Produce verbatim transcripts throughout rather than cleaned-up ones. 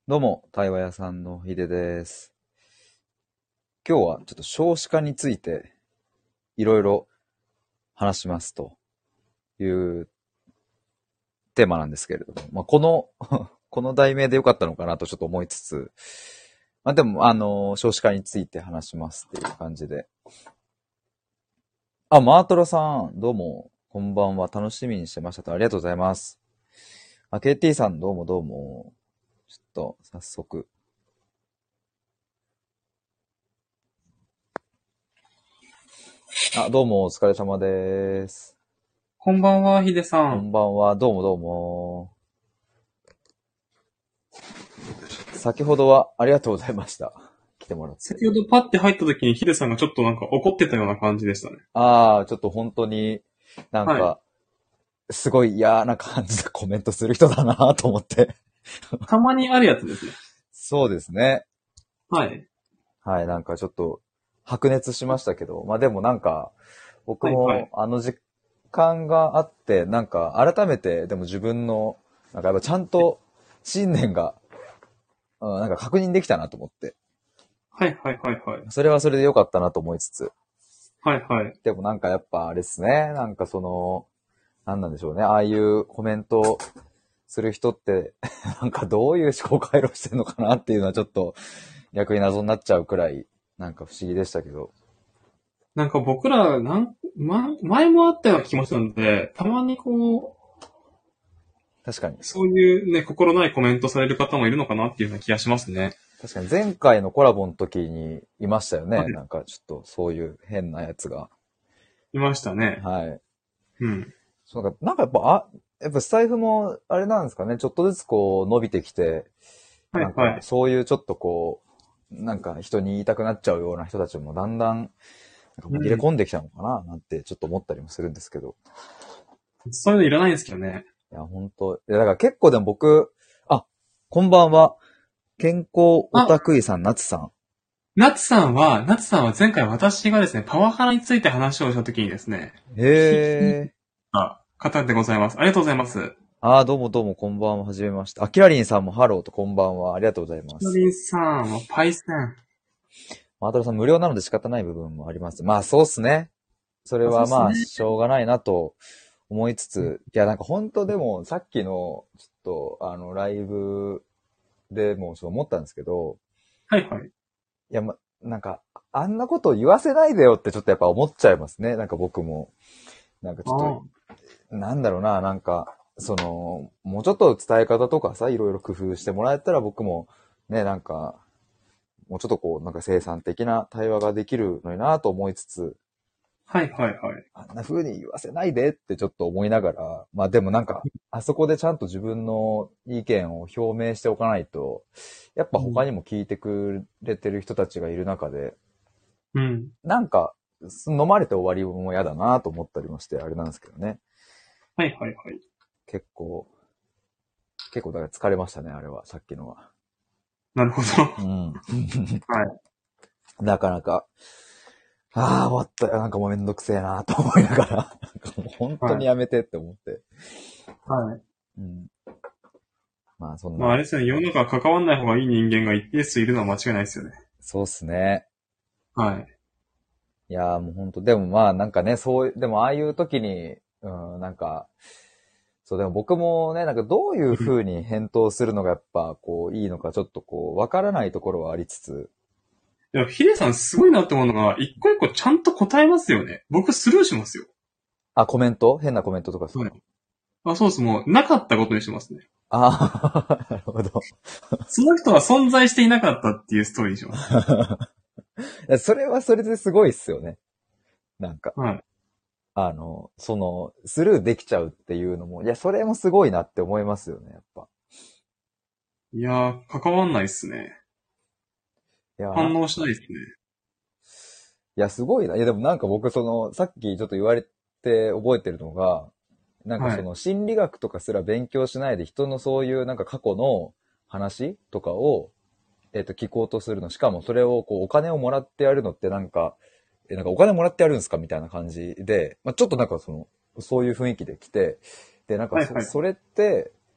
どうも、対話屋さんのひでです。今日はちょっと少子化についていろいろ話しますというテーマなんですけれども、まあ、このこの題名でよかったのかなとちょっと思いつつ、まあ、でも、あの、少子化について話しますっていう感じで。あ、マートラさん、どうも、こんばんは。楽しみにしてましたと。ありがとうございます。あ、ケーティー さん、どうもどうも。ちょっと、早速。あ、どうも、お疲れ様です。 こんばんは、ヒデさこん。 んばんは。どうもどうも。先ほどはありがとうございました。来てもらって。 先ほどパッて入った時にヒデさんがちょっとなんか怒ってたような感じでしたね。 ああ、ちょっと本当になんはい。 か、すごい嫌な感じでコメントする人だなと思って。 たまにあるやつですね。 そうですね。 はい。 はい、なんかちょっと白熱しましたけど、まあでもなんか、僕はい、はもい。 あの時間があって、なんか改めてでも自分の、なんかやっぱちゃんと信念が、うん、なんか確認できたなと思って。 はい、はい、はい、はい。 それはそれで良かったなと思いつつ。 はい、はい。 でもなんかやっぱあれですね。なんかその、なんなんでしょうね。ああいうコメントする人って、なんかどういう思考回路してんのかなっていうのはちょっと逆に謎になっちゃうくらい、なんか不思議でしたけど。 なんか僕ら、なん、ま、前もあったような気もするので、たまにこ確かに。 う、そういうね、心ないコメントされる方もいるのかなっていうような気がしますね。 確かに前回のコラボの時にいましたよね。 はい。 なんかちょっとそういう変なやつが。 いましたね。 はい。 うん。 そうなんか、なんかやっぱ、あ、やっぱスタイフもあれなんですかね。ちょっとずつこう伸びてきて、 はい、 なんかはい。 そういうちょっとこう、なんか人に言いたくなっちゃうような人たちもだんだん、なんか紛れうん。 込んできたのかななんてちょっと思ったりもするんですけど。 そういうのいらないんですけどね。 いや、本当いや、だから結構でも僕、あ、こんばんは。健康オあ、 タクイさん、なつさん。 ナツさんは、ナツさんは前回私がですね、パワハラについて話をした時にですね、 へひ、ひ、 え。 あ、方でございます。ありがとうございます。 あー、どうもどうも、こんばんは、はじめまして。あ、キラリンさんもハローとこんばんは。ありがとうございます。 キャリンさんはパイセン。 マートラさん、無料なので仕方ない部分もあります。まあ、そうっすね。それあ、そうはまあ、 っすね。 しょうがないなと思いつつ、いや、なんか本当でも、さっきの、ちょっと、あの、ライブでもそう思ったんですけど、 はいはい。 いや、ま、なんか、あんなことを言わせないでよってちょっとやっぱ思っちゃいますね。なんか僕も。なんかちょっと、 ああ、 なんだろうな、なんか、その、もうちょっと伝え方とかさ、いろいろ工夫してもらえたら僕も、ね、なんか、もうちょっとこう、なんか生産的な対話ができるのになと思いつつ、 はいはいはい。 あんな風に言わせないでってちょっと思いながら、まあでもなんか、あそこでちゃんと自分の意見を表明しておかないと、やっぱうん。 他にも聞いてくれてる人たちがいる中で、 うん。 なんか、飲まれて終わりも嫌だなと思ったりもして、あれなんですけどね。 はいはいはい。 結構、結構だから疲れましたね、あれは、さっきのは。 なるほど。 うん。 はい。 なかなか、ああ、終わったよ。なんかもうめんどくせえなと思いながら、なんかもう本当はい。 にやめてって思って。 はい。 うん。まあそんまああな、 れですよね、世の中関わんない方がいい人間が一定数いるのは間違いないですよね。 そうっすね。 はい。 いやーもう本当、でもまあなんかね、そう、でもああいう時に、うん、なんか、そう、でも僕もね、なんかどういううん。 風に返答するのがやっぱこういいのかちょっとこう、わからないところはありつつ、 いや、ヒデさんすごいなって思うのが、一個一個ちゃんと答えますよね。僕スルーしますよ。 あ、コメント変なコメントとかですか？ はい。あ、そうです。もう、なかったことにしてますね。 ああ、なるほど。 その人は存在していなかったっていうストーリーにします。 いやそれはそれですごいっすよね。なんか。 はい。 あの、その、スルーできちゃうっていうのも、いや、それもすごいなって思いますよね、やっぱ。 いやー、関わんないっすね。 いや、な、 反応しないっすね。 いや、すごいな。いや、でもなんか僕、その、さっきちょっと言われて覚えてるのが、なんかはい。 その、心理学とかすら勉強しないで、人のそういうなんか過去の話とかを、えっと、聞こうとするの。しかもそれを、こう、お金をもらってやるのってなんか、え、なんかお金もらってやるんですかみたいな感じで、まあ、ちょっとなんかその、そういう雰囲気で来て、で、なんかそ、 はいはい。 それって、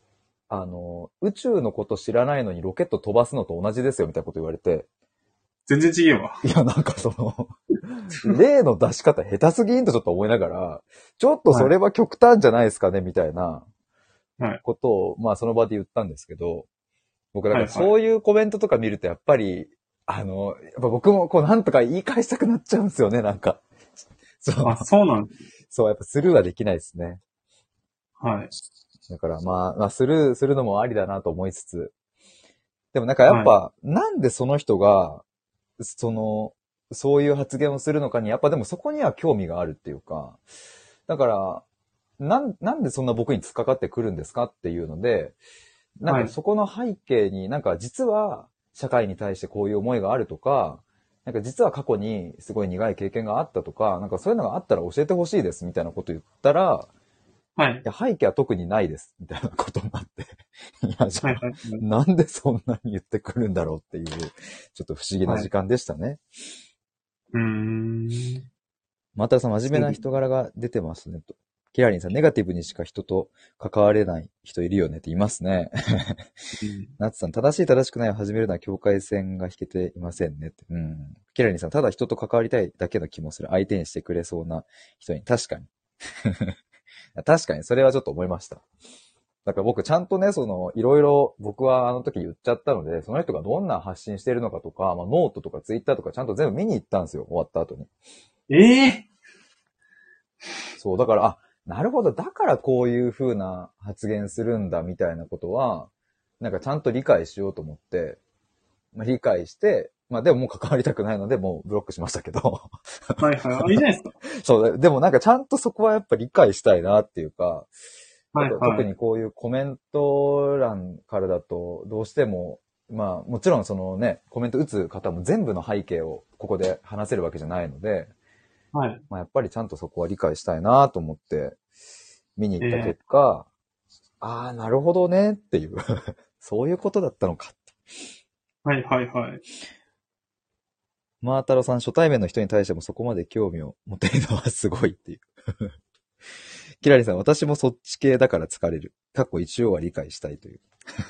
あの、宇宙のこと知らないのにロケット飛ばすのと同じですよみたいなこと言われて、 全然違えわ。 いや、なんかその、例の出し方下手すぎんとちょっと思いながら、ちょっとそれは極端じゃないですかねみたいなはい。 ことを、まあその場で言ったんですけど、僕だからはいはいそういうコメントとか見るとやっぱり、あの、やっぱ僕もこうなんとか言い返したくなっちゃうんですよね、なんか。そう。 あ、そうなんです。 そう、やっぱスルーはできないですね。 はい。 だからまあ、まあスルーするのもありだなと思いつつ、でもなんかやっはい。 ぱ、なんでその人が、その、そういう発言をするのかに、やっぱでもそこには興味があるっていうか、だから、なん、なんでそんな僕に突っかかってくるんですかっていうので、なんはい。 かそこの背景になんか実は社会に対してこういう思いがあるとか、なんか実は過去にすごい苦い経験があったとか、なんかそういうのがあったら教えてほしいですみたいなこと言ったら、 はい。 いや背景は特にないですみたいなことになって、いやじゃはい。 あ、 はい。 なんでそんなに言ってくるんだろうっていう、ちょっと不思議なはい。 時間でしたね。 うーん。 またさん、真面目なそう。 人柄が出てますねと。キラリンさん、ネガティブにしか人と関われない人いるよねって言いますね。 うん。 ナッツさん、正しい正しくないを始めるのは境界線が引けていませんねって。うん。キラリンさん、ただ人と関わりたいだけの気もする。相手にしてくれそうな人に。確かに。確かに、それはちょっと思いました。だから僕ちゃんとね、その、いろいろ僕はあの時言っちゃったので、その人がどんな発信してるのかとか、まあノートとかツイッターとかちゃんと全部見に行ったんですよ、終わった後に。 ええそう、だから、あ、なるほど、だからこういう風な発言するんだみたいなことは、なんかちゃんと理解しようと思って、まあ、理解して、まあでももう関わりたくないので、もうブロックしましたけど。 ー、はいはい。あ、いいじゃないですか。 そう、でもなんかちゃんとそこはやっぱ理解したいなっていうか、やっぱ特はいはい。 にこういうコメント欄からだと、どうしても、まあもちろんそのね、コメント打つ方も全部の背景をここで話せるわけじゃないので、 はい。 まあやっぱりちゃんとそこは理解したいなと思って見に行ったえ結果、ああ、なるほどねっていうそういうことだったのかって。 ー、はいはいはい。 マータロさん、初対面の人に対してもそこまで興味を持てるのはすごいっていうキラリさん、私もそっち系だから疲れる。過去一応は理解したいという。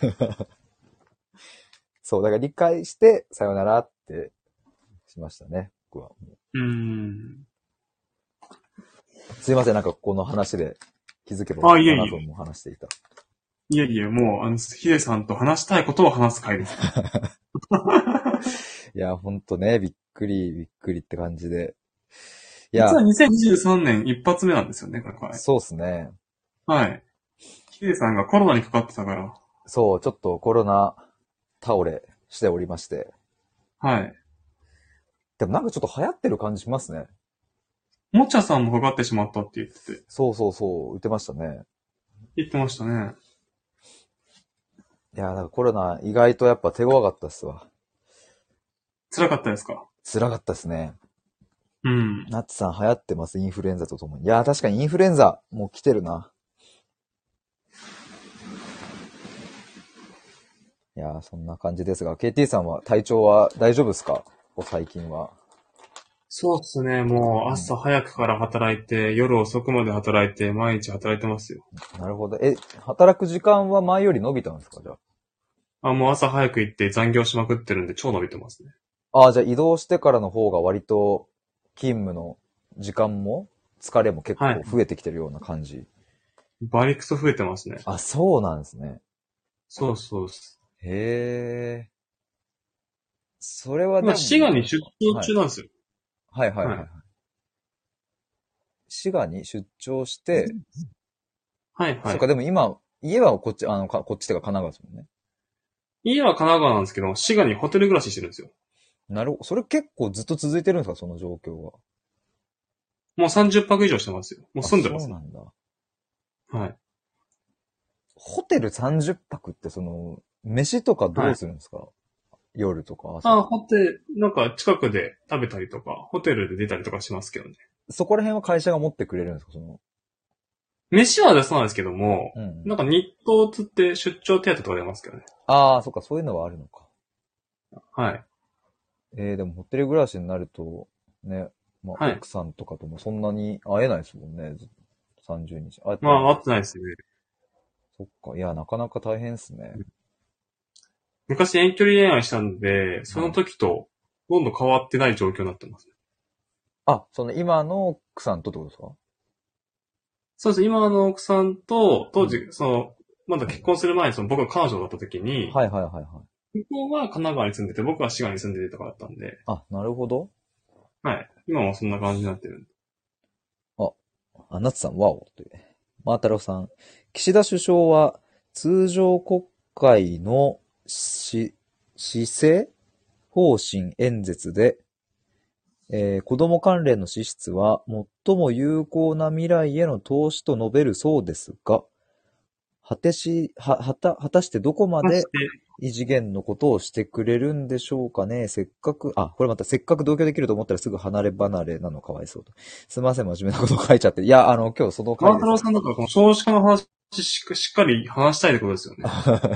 そう、だから理解して、さよならってしましたね、僕は。 うーん。 すいません、なんかこの話で気づけばあ、いえいななふんえ。 も話していた。 いえいえ、もう、あの、ヒデさんと話したいことを話す回ですから。 いや、ほんとね、びっくり、びっくりって感じで。いや、 実はにせんにじゅうさんねん一発目なんですよね、これ回。 そうっすね。 はい。ヒデさんがコロナにかかってたから。 そう、ちょっとコロナ倒れしておりまして。 はい。 でもなんかちょっと流行ってる感じしますね。 もちゃさんもかかってしまったって言ってて、 そうそうそう、言ってましたね。 言ってましたね。 いや、だからコロナ意外とやっぱ手強かったっすわ。 辛かったですか？ 辛かったっすね。 うん。 ナッツさん流行ってます、インフルエンザとともに。いや、確かにインフルエンザ、もう来てるな。いや、そんな感じですが、ケーティー さんは体調は大丈夫ですか？ここ最近は。 そうっすね。もううん。 朝早くから働いて、夜遅くまで働いて、毎日働いてますよ。 なるほど。え、働く時間は前より伸びたんですか？じゃあ、もう朝早く行って残業しまくってるんで超伸びてますね。 あ。ああ、じゃあ移動してからの方が割と勤務の時間も疲れも結はい。 構増えてきてるような感じ。 バリクソ増えてますね。 あ、そうなんですね。 そうそうっす。 へえ。それは今、 でも、 滋賀に出張はい。 中なんですよ。 はいはいはいはい。 はい。 滋賀に出張して、そっか、 はいはい。 でも今、家はこっち、あの、かこっちというか神奈川ですもんね。 家は神奈川なんですけど、滋賀にホテル暮らししてるんですよ。 なるほど。それ結構ずっと続いてるんですか、その状況は。 もうさんじゅっぱく以上してますよ。もうあ、 住んでますね。 そうなんだ。 はい。 ホテルさんじゅっぱくってその、飯とかどうはい。 するんですか？夜とか朝あ、 とか。 ホテル、なんか近くで食べたりとか、ホテルで出たりとかしますけどね。 そこら辺は会社が持ってくれるんですか、その。 飯は出さないですけども、 うん。 なんか日当つって出張手当とか出ますけどね。 ああ、そっか、そういうのはあるのか。 はい。 えー、でもホテル暮らしになると、ね、まあ、 はい。 奥さんとかともそんなに会えないですもんね。ずさんじゅうにち。会ったまあ、 り。 合ってないですね。 そっか。いや、なかなか大変ですね。 昔遠距離恋愛したんで、その時とほとんど変わってない状況になってますね。 あ、その今の奥さんとってことですか？ そうです。今の奥さんと、当時、その、まだ結婚する前にその僕が彼女だった時に、 はいはいはいはい。 向こうは神奈川に住んでて、僕は滋賀に住んでてとかだったんで、 あ、なるほど。 はい。今もそんな感じになってる。 あ、あ、夏さん、ワオという。マー太郎さん。岸田首相は通常国会のし施政方針演説で、えー子供関連の支出は最も有効な未来への投資と述べるそうですが、果てし、は、はた、果たしてどこまでそして、 異次元のことをしてくれるんでしょうかね。せっかく、あ、これまたせっかく同居できると思ったらすぐ離れ離れなのかわいそうと。すみません、真面目なこと書いちゃって。いや、あの、今日その回です。 マー太郎さんだからこの少子化の話しっしっかり話したいってことですよね。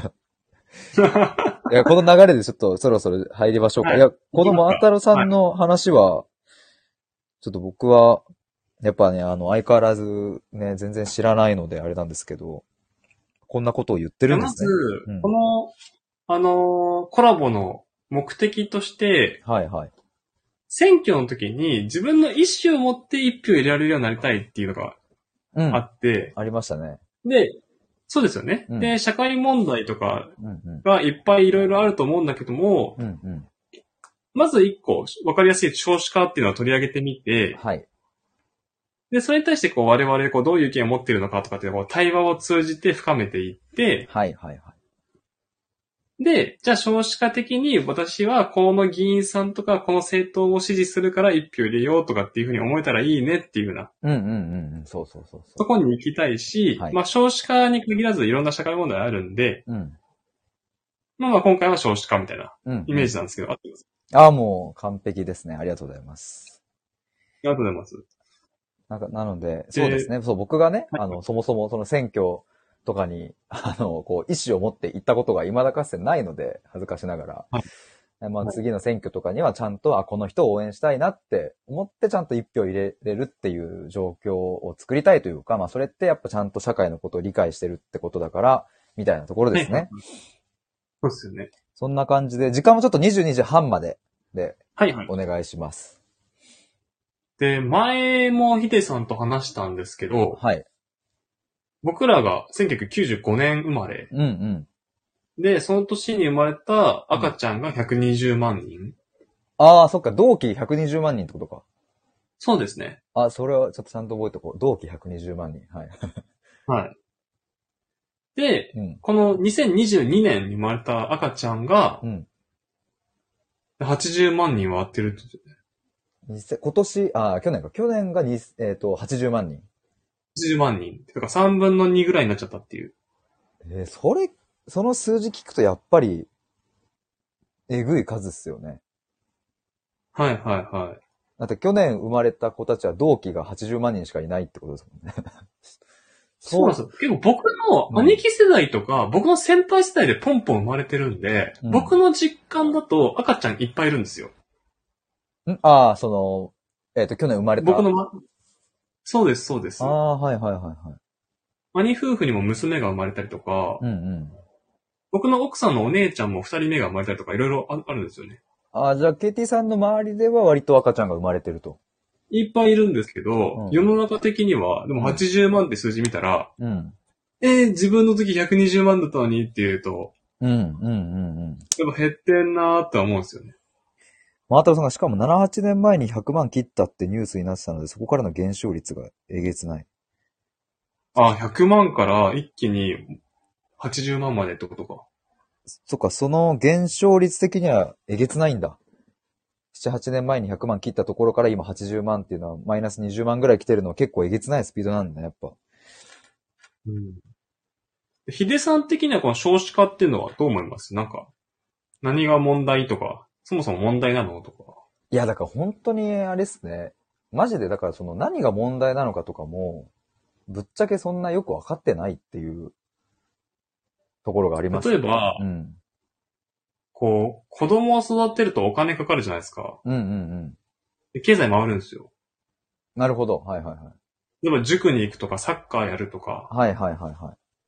いや、この流れでちょっとそろそろ入りましょうか。 はいいや、このマー太郎さはいんの話は、ちょっと僕は、やっぱね、あの、相変わらずね、全然知らないのであれなんですけど、こんなことを言ってるんでますず、 ね。うんこの、あのーコラボの目的として、 はいはい。 選挙の時に自分の意思を持って一票入れられるようになりたいっていうのがうん。 ああって、 りましたね。 で、そうですよね。 うんで、社会問題とかうんうん。 がいっぱいいろいろあると思うんだけども、 うんうん。 まず一個、わかりやすい少子化っていうのを取り上げてみて、 はい。 で、それに対してこう我々こうどういう意見を持っているのかとかっていうのをこう対話を通じて深めていって、 はいはいはい。 で、じゃあ少子化的に私はこの議員さんとかこの政党を支持するから一票入れようとかっていうふうに思えたらいいねっていうような、 うんうんうんうん。そうそうそうそそこに行きたいし、 はいまあ少子化に限らずいろんな社会問題あるんで、 う。うん。 まあまあ今回は少子化みたいなうん、うん。 イメージなんですけど、合ってます。 ああ、もう完璧ですね。ありがとうございます。 ありがとうございます。 なんか、なので、 でそうですね。そう、僕がね、 はいあの、そもそもその選挙とかに、あの、こう、意思を持って行ったことが未だかつてないので、恥ずかしながら。 はいまあ、次の選挙とかにはちゃんと、あ、この人を応援したいなって思ってちゃんと一票入れれるっていう状況を作りたいというか、まあ、それってやっぱちゃんと社会のことを理解してるってことだから、みたいなところですね。 はいそうですよね。 そんな感じで、時間もちょっとにじゅうにじはんまでではいはい。 お願いします。 で、前もヒデさんと話したんですけど、 はい。 僕らがせんきゅうひゃくきゅうじゅうごねん生まれうんうん。 で、その年に生まれた赤ちゃんがひゃくにじゅうまんにん。 ああ、そっか、同期ひゃくにじゅうまんにんってことか。 そうですね。 あ、それはちょっとちゃんと覚えておこう。同期ひゃくにじゅうまんにん。はい。 はい。で、 うん。 このにせんにじゅうにねんに生まれた赤ちゃんがうん。 はちじゅうまんにん割ってるって言ってね。 にせ今年、あ、去年か。去年がに、えっ、と、はちじゅうまんにん。 はちじゅうまんにん。だからさんぶんのにぐらいになっちゃったっていう。 えーそれ、その数字聞くとやっぱり、えぐい数っすよね。 はいはいはい。 だって去年生まれた子たちは同期がはちじゅうまんにんしかいないってことですもんね。 そうなんですよ。結構僕の兄貴世代とか、僕の先輩世代でポンポン生まれてるんで、 うん僕の実感だと赤ちゃんいっぱいいるんですよ。 んああ、その、えっ、と、去年生まれた。 僕の、ま、そうですそうですあ。あ、はいはいはいはい。 兄夫婦にも娘が生まれたりとか、 うんうん。 僕の奥さんのお姉ちゃんも二人目が生まれたりとかいろいろああるんですよね。 ああ、じゃあ、ケイティさんの周りでは割と赤ちゃんが生まれてると。 いっぱいいるんですけど、 うん世の中的には、でもはちじゅうまんって数字見たら、 うん。 えー、自分の時ひゃくにじゅうまんだったのにっていうと、 うん、うん、うん、うん。 やっぱ減ってんなーって思うんですよね。 マータロさんがしかもなな、はちねんまえにひゃくまん切ったってニュースになってたので、そこからの減少率がえげつない。 あ、ひゃくまんから一気にはちじゅうまんまでってことか。 そっか、その減少率的にはえげつないんだ。なな、はちねんまえにひゃくまん切ったところから今はちじゅうまんっていうのはマイナスにじゅうまんぐらい来てるのは結構えげつないスピードなんだね、やっぱ。 うん。ヒデさん的にはこの少子化っていうのはどう思います？なんか、何が問題とか、そもそも問題なのとか。 いや、だから本当にあれっすね。マジでだからその何が問題なのかとかも、ぶっちゃけそんなよくわかってないっていうところがあります。 例えば、 うん。 こう、子供を育てるとお金かかるじゃないですか。 うんうんうん。 で経済回るんですよ。 なるほど。はいはいはい。 例えば塾に行くとか、サッカーやるとか。 はいはいはいはい。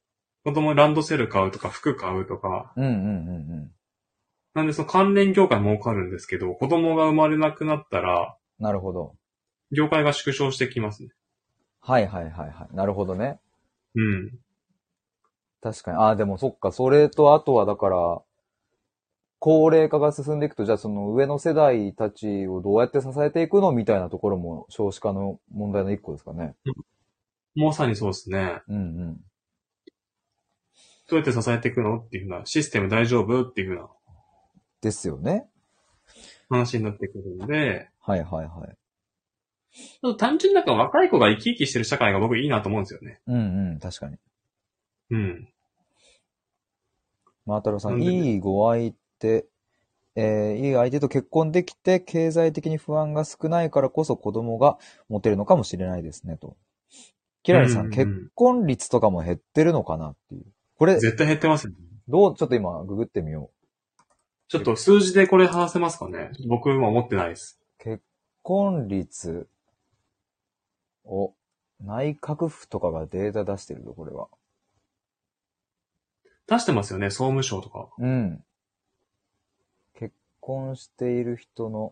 子供ランドセル買うとか服買うとか、 うんうんうんうん。 なんでその関連業界儲かるんですけど、子供が生まれなくなったら、 なるほど。 業界が縮小してきますね。 はいはいはいはい。なるほどね。 うん。 確かに。ああ、でもそっか。それとあとはだから、高齢化が進んでいくと、じゃあその上の世代たちをどうやって支えていくのみたいなところも少子化の問題の一個ですかね。 まさにそうですね。 うんうん。 どうやって支えていくのっていうふうな、システム大丈夫っていうふうなですよね。 話になってくるんで、 はいはいはい。 単純になんか若い子が生き生きしてる社会が僕いいなと思うんですよね。 うんうん、確かに。 うん。 マータロさん、 なんで、 いいご相手、えーいい相手と結婚できて、経済的に不安が少ないからこそ子供が持てるのかもしれないですね、と。キうんうラリさん、結んうん。 婚率とかも減ってるのかなっていう。これ、 絶対減ってますよね。 どう、ちょっと今、ググってみよちょっと数字でこれ話せますかね？僕今思ってないです。 う。結婚率を、内閣府とかがデータ出してるぞ、これは。 出してますよね、総務省とか。 うん。結婚している人の、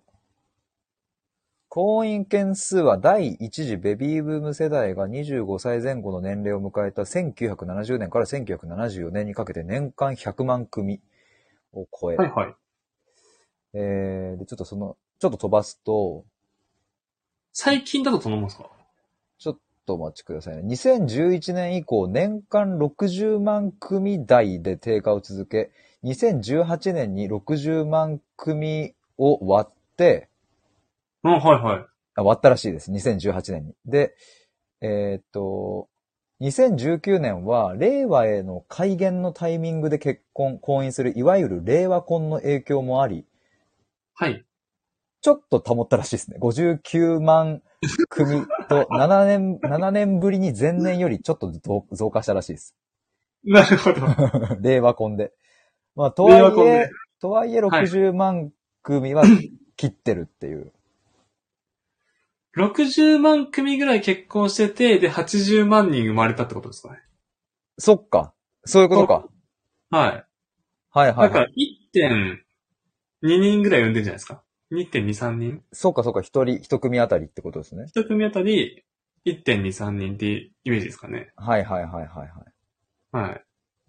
婚姻件数は第一次ベビーブーム世代がにじゅうごさいぜん後の年齢を迎えたせんきゅうひゃくななじゅうねんからせんきゅうひゃくななじゅうよねんにかけて年間ひゃくまん組を超え、 はいはい。 えー、で、ちょっとその、ちょっと飛ばすと、 最近だと頼むんですか？ ちょっとお待ちくださいね。にせんじゅういちねん以降、年間ろくじゅうまん組台で低下を続け、にせんじゅうはちねんにろくじゅうまん組を割って、 うん、はいはい。 あ、割ったらしいです。にせんじゅうはちねんに。で、えーっと、にせんじゅうきゅうねんは、令和への改元のタイミングで結婚、婚姻する、いわゆる令和婚の影響もあり、 はい。 ちょっと保ったらしいですね。ごじゅうきゅうまん組とななねん、ななねんぶりに前年よりちょっと増増加したらしいです。 なるほど。 令和婚で。まあ、と令和婚で。 はいえ、とはいえはい。 ろくじゅうまん組は切ってるっていう。 ろくじゅうまん組ぐらい結婚してて、で、はちじゅうまん人生まれたってことですかね。 そっか。そういうことか。 はい。 はいはいはい。 だからいってんににんぐらい産んでんじゃないですか。にてんに、さんにん。 そうかそうか。一人、一組あたりってことですね。 一組あたりいってんに、さんにんっていうイメージですかね。 はいはいはいはいはい。 はい。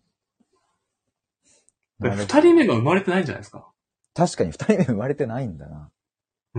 で、 なるほど。 二人目が生まれてないんじゃないですか。 確かに二人目生まれてないんだな。 うん。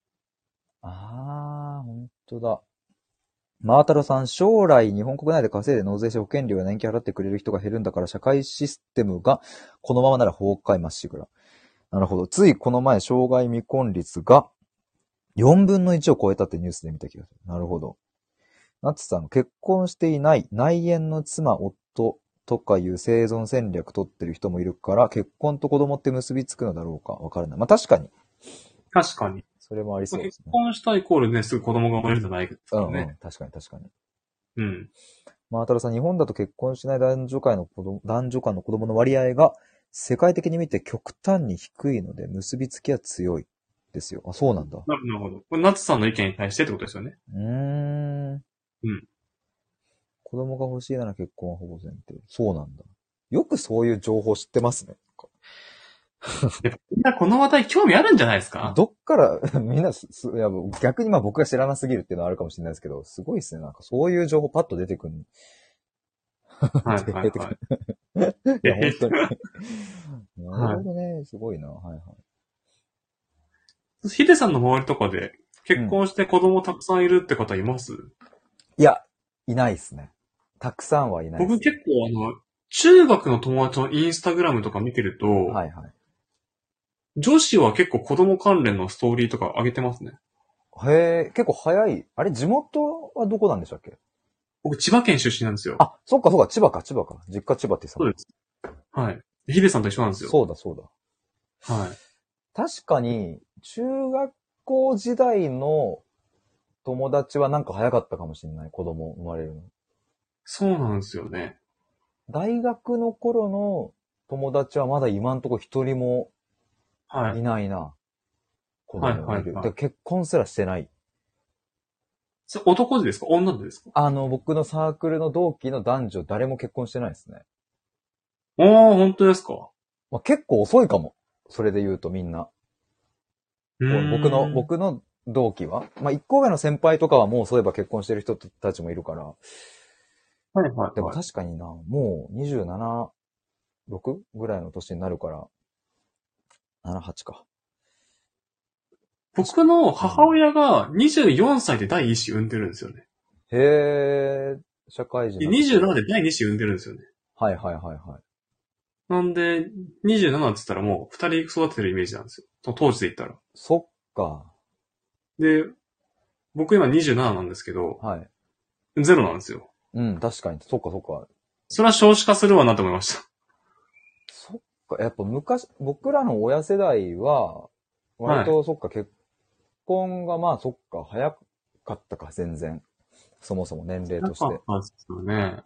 あー、ほんとだ。マータロさん、将来日本国内で稼いで納税し保険料や年金払ってくれる人が減るんだから社会システムがこのままなら崩壊まっしぐら。なるほど。ついこの前、障害未婚率がよんぶんのいちを超えたってニュースで見た気がする。なるほど。ナッツさん、結婚していない内縁の妻、夫とかいう生存戦略取ってる人もいるから、結婚と子供って結びつくのだろうかわからない。まあ確かに、 確かに。 それもありそうで結すね。 婚したイコールね、すぐ子供が生まれるじゃないですうんうん、 からね。 確かに確かに。 うん。 マータロさん、日本だと結婚しない男女間の子供、男女間の子供の割合が世界的に見て極端に低いので結びつきは強いですよ。あ、そうなんだ。 なるほど。これ、ナツさんの意見に対してってことですよね。 うーん。 うん。 子供が欲しいなら結婚はほぼ前提。そうなんだ。よくそういう情報知ってますね。 やっぱみんなこの話題興味あるんじゃないですか？ どっからみんなす、すいや逆にまあ僕が知らなすぎるっていうのはあるかもしれないですけど、すごいですね。なんかそういう情報パッと出てくる。 はいはい出てくはい。 る。いや、 えへへ本当に。なるはほどね。すごいな。はいはい。 い。ヒデさんの周りとかで結うん。 婚して子供たくさんいるって方います？ いや、いないですね。たくさんはいないですね。 僕結構あの、中学の友達のインスタグラムとか見てると、 はいはい。 女子は結構子供関連のストーリーとか上げてますね。 へえ、結構早い。あれ、地元はどこなんでしたっけ？ 僕千葉県出身なんですよ。 あ、そっかそっか、千葉か、千葉か。実家千葉ってさ。 そうです。はい。ヒデさんと一緒なんですよ。 そうだそうだ。 はい。 確かに、中学校時代の友達はなんか早かったかもしれない。子供生まれるの。 そうなんですよね。 大学の頃の友達はまだ今んとこ一人もいはい。 ないな。子はい供がいる。 はいはい。 で、結婚すらしてない。 それ男でですか？女でですか？ あの、僕のサークルの同期の男女誰も結婚してないですね。 ああ、本当ですか。 まあ、結構遅いかも。それで言うとみんな。 うーん。 僕の、僕の同期は。まあ、一個上の先輩とかはもうそういえば結婚してる人たちもいるから。 はいはいでもはい。 確かにな、もうにじゅうなな、ろくぐらいの年になるから、なな、はちか。 僕の母親がにじゅうよんさいで第一子産んでるんですよね。 へー、社会人にで、 なってから。 にじゅうななで第二子産んでるんですよね。 はいはいはいはい。 なんで、にじゅうななって言ったらもうふたり育ててるイメージなんですよ。と当時で言ったら。 そっか。 で、僕今にじゅうなななんですけど、 はい。 ゼロなんですよ。 うん、確かに。そっかそっか。 それは少子化するわなと思いました。 そっか。やっぱ昔、僕らの親世代は、割はい。 とそっか、結婚がまあそっか、早かったか、全然。そもそも年齢なとして。 かったですよね。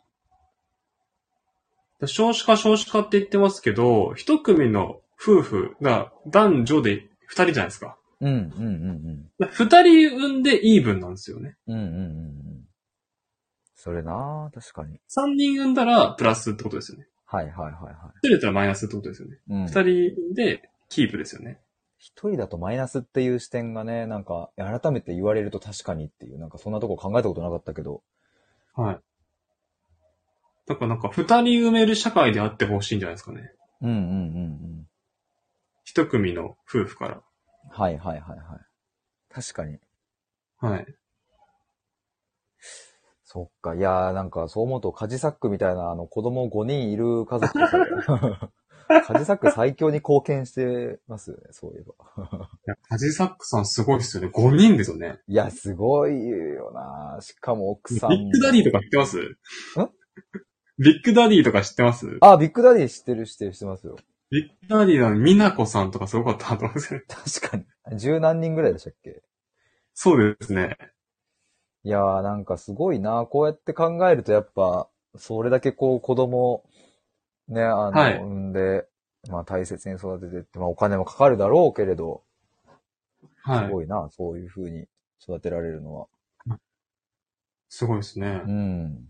で少子化少子化って言ってますけど、一組の夫婦が男女で二人じゃないですか。 うん、うん、うんだから二人産んでイーブンなんですよね。 うん。うん、うん、うんうん。それなぁ、確かに。 三人産んだらプラスってことですよね。 はいはいはいは一人だったらマイナスってことですよね。 い。うん。 二人でキープですよね。 一人だとマイナスっていう視点がね、なんか、改めて言われると確かにっていう、なんかそんなとこ考えたことなかったけど。 はい。だからなんか二人産める社会であってほしいんじゃないですかね。 うんうんうんうん。 一組の夫婦から。 はいはいはいはい。確かに。 はい。 そっか。いやーなんかそう思うとカジサックみたいなあの子供ごにんいる家族とか、カジサック最強に貢献してますよね、そういえば。 いや、カジサックさんすごいですよね。ごにんですよね。 いや、すごいよな。しかも奥ビさんッグダディとも。 か知ってます？ んビッグダディとか知ってます？ あ、ビッグダディ知ってる知ってる知ってますよ。 ビッグダディのミナコさんとかすごかったなと思うんですよね。 確かに。十何人ぐらいでしたっけ？ そうですね。 いやーなんかすごいな。こうやって考えるとやっぱ、それだけこう子供、ね、あの、 はい。 産んで、まあ大切に育ててって、まあお金もかかるだろうけれど、すはい。 ごいな、そういう風に育てられるのは。 すごいですね。 うん。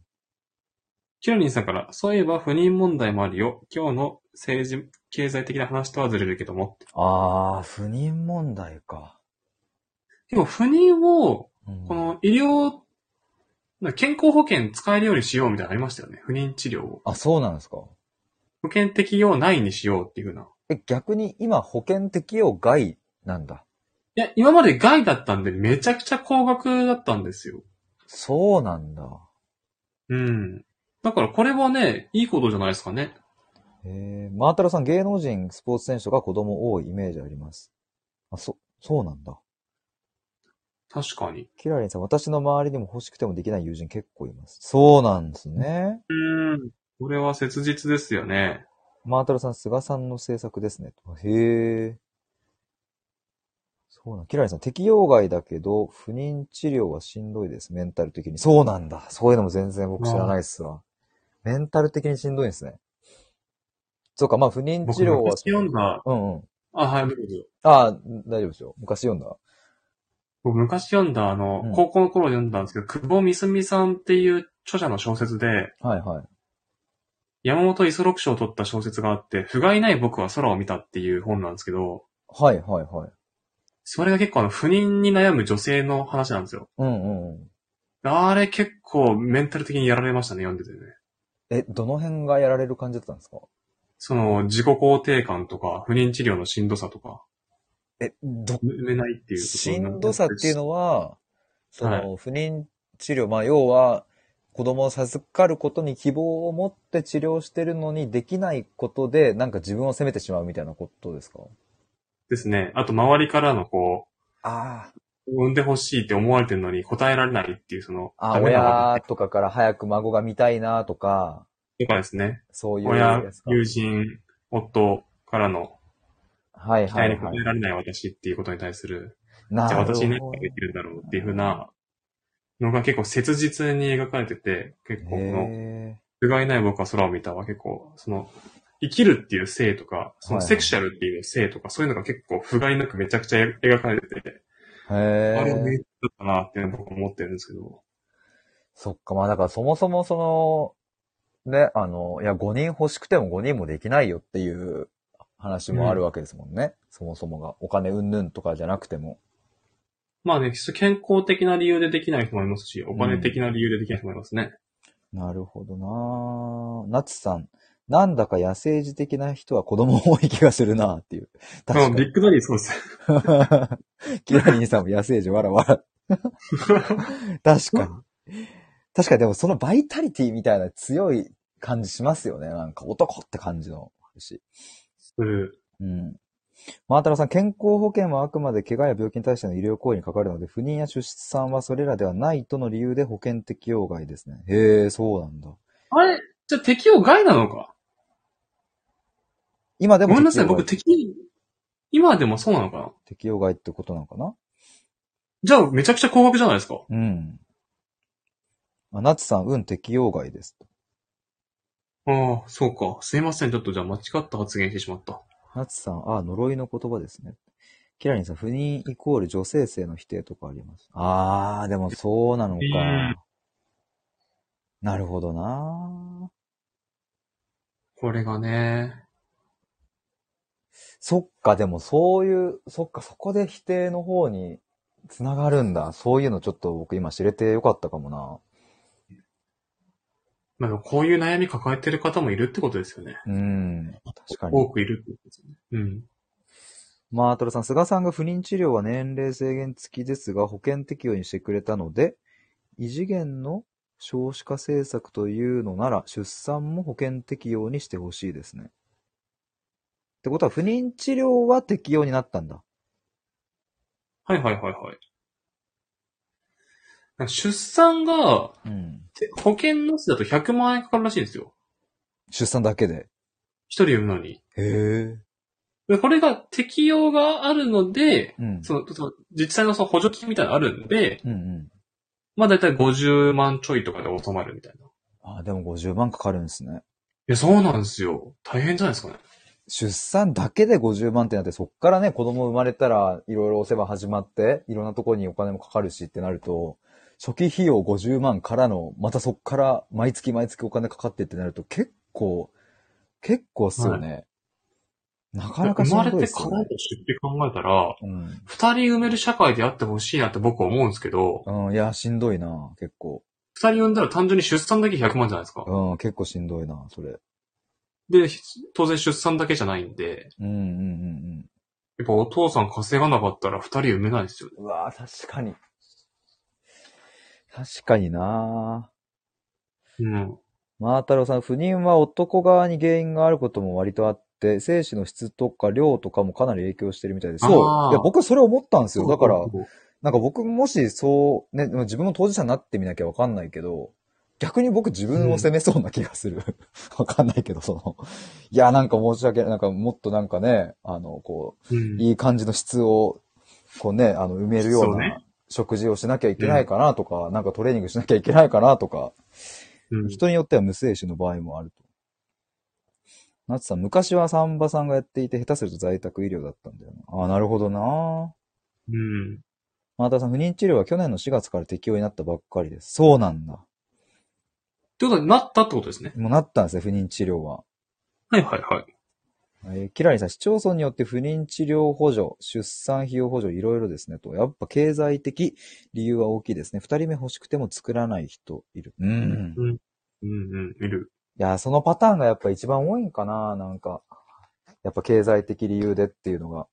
キラリンさんから、そういえば不妊問題もあるよ。今日の政治、経済的な話とはずれるけども。 あー、不妊問題か。 でも不妊を、 うん、 この医療、健康保険使えるようにしようみたいなのありましたよね。不妊治療を。 あ、そうなんですか。 保険適用内にしようっていうふうな。 え、逆に今保険適用外なんだ。 いや、今まで外だったんでめちゃくちゃ高額だったんですよ。 そうなんだ。 うん。だからこれはね、いいことじゃないですかね。 えー、マータロさん、芸能人、スポーツ選手が子供多いイメージあります。あ、そ、そうなんだ。 確かに。 キラリンさん、私の周りにも欲しくてもできない友人結構います。そうなんですね。 うん。これは切実ですよね。 マータロさん、菅さんの制作ですね。へえ。そうなん。キラリンさん、適用外だけど、不妊治療はしんどいです。メンタル的に。そうなんだ。そういうのも全然僕知らないっすわ。メンタル的にしんどいんですね。そうか、まあ、不妊治僕療は昔読んだ、 うんうん。 あ、はい、どうぞ。 ああ、大丈夫ですよ。昔読んだ。 僕昔読んだ、あの、 うん。 高校の頃読んだんですけど、久保みすみさんっていう著者の小説で、 はいはい。 山本五十六賞を取った小説があって、不甲斐ない僕は空を見たっていう本なんですけど、 はいはいはい。 それが結構あの、不妊に悩む女性の話なんですよ。 うんうんうん。 あれ結構メンタル的にやられましたね、読んでてね。 え、どの辺がやられる感じだったんですか？ その、自己肯定感とか、不妊治療のしんどさとか、 え、ど、 産めないっていうことしになんどさっていうのは、そはい。 の、不妊治療、まあ、要は、子供を授かることに希望を持って治療してるのにできないことで、なんか自分を責めてしまうみたいなことですか？ ですね。あと、周りからのこあう、産んでほしいって思われてるのに答えられないっていう、その、 あ、あ、 ダメな私親とかから早く孫が見たいなとか、 とかですね。 そういう親、 やつか。 友人、夫からのはい期待に応はいはい。 えられない私っていうことに対する、じゃあなる私に何ほど。 ができるんだろうっていうふうなのが結構切実に描かれてて、結構この、 へえ。 不甲斐ない僕は空を見たは結構、その、生きるっていう性とか、そのはいはい。 セクシャルっていう性とか、そういうのが結構不甲斐なくめちゃくちゃ描かれてて、 へあれは名え。 作だったなって僕は思ってるんですけど。 そっか、まあだからそもそもその、ね、あの、いや、ごにん欲しくてもごにんもできないよっていう話うん。 もあるわけですもんね。そもそもが。お金うんぬんとかじゃなくても。 まあね、健康的な理由でできない人もいますし、お金うん。 的な理由でできない人もいますね。 なるほどなぁ。ナツさん。なんだか野生児的な人は子供多い気がするなぁっていう。 まあ、 確かに。 ビッグダディそうです。 キラリンさんも野生児わらわら。確かに。確かにでもそのバイタリティみたいな強い感じしますよね。なんか男って感じの。し。 する。 うん。マータロさん、健康保険はあくまで怪我や病気に対しての医療行為に関わるので、不妊や出産はそれらではないとの理由で保険適用外ですね。へえ、そうなんだ。 あれじゃあ適用外なのか？ 今でもごめんなさい、 適用外。 僕適、今でもそうなのかな？ 適用外ってことなのかな。 じゃあめちゃくちゃ高額じゃないですか。 うん。あ、ナツさん、うん、適用外です。 ああ、そうか。すいません。ちょっとじゃあ間違った発言してしまった。 ナツさん、あ、呪いの言葉ですね。キラリンさん、不妊イコール女性性の否定とかあります。あー、でもそうなのうーん。 か。なるほどな。 これがね。 そっか、でもそういう、そっか、そこで否定の方に繋がるんだ。そういうのちょっと僕今知れてよかったかもな。 まあでもこういう悩み抱えてる方もいるってことですよね。 うん、確かに。 多くいるってことですよね。うん。 マートルさん、菅さんが不妊治療は年齢制限付きですが、保険適用にしてくれたので、異次元の少子化政策というのなら、出産も保険適用にしてほしいですね。ってことは、不妊治療は適用になったんだ。 はいはいはいはい。出産が、 うん。 保険なしだとひゃくまん円かかるらしいんですよ。 出産だけで。 一人産むのに。 へえ。 で、これが適用があるので、 うん。 その、その実際のその補助金みたいなのあるんで、 うんうん。 まあだいたいごじゅうまんちょいとかで収まるみたいな。いあ、でもごじゅうまんかかるんですね。 や、そうなんですよ。大変じゃないですかね。 出産だけでごじゅうまんってなって、そっからね、子供生まれたら、いろいろお世話始まって、いろんなところにお金もかかるしってなると、初期費用ごじゅうまんからの、またそっから毎月毎月お金かかってってなると、結構、結構っすよはい。 ね。なかでなかしん生まれてどいっすよね。 からと出費考えたら、 うん。 二人産める社会であってほしいなって僕は思うんですけど、 うん、いや、しんどいな、結構。 二人産んだら単純に出産だけひゃくまんじゃないですか。 うん、結構しんどいな、それ。 で、当然出産だけじゃないんで、 うん、うん、うんやっぱお父さん稼がなかったら二人産めないですよね。 うん。うわ確かに。確かにな。 うん。 マー太郎さん、不妊は男側に原因があることも割とあって、精子の質とか量とかもかなり影響してるみたいで。そう。いや、 ああ、 僕それ思ったんですよ。 そうだから、 そうそなんか僕もしそう、ね、自分も当事者になってみなきゃわかんないけど、逆に僕自う。うん。 分を責めそうな気がする。わかんないけど、その、いや、なんか申し訳ない。なんかもっとなんかね、あの、こう、 うん。 いい感じの質を、こうね、あの、埋めるようなそうね。 食事をしなきゃいけないうん。 かなとか、なんかトレーニングしなきゃいけないかなとか、 うん。 人によっては無精子の場合もあると。ナツさん、昔はサンバさんがやっていて、下手すると在宅医療だったんだよな。ああ、なるほどな。 うん。 マータさん、不妊治療は去年のしがつから適用になったばっかりです。そうなんだ。 ってことになったってことですね。 もうなったんですね、不妊治療は。 はいはいはい。 えーキラリさん、市町村によって不妊治療補助、出産費用補助、いろいろですねと。やっぱ経済的理由は大きいですね。二人目欲しくても作らない人いる。うん。 うん。うんうん。いる。 いや、そのパターンがやっぱ一番多いんかな、なんか。やっぱ経済的理由でっていうのが。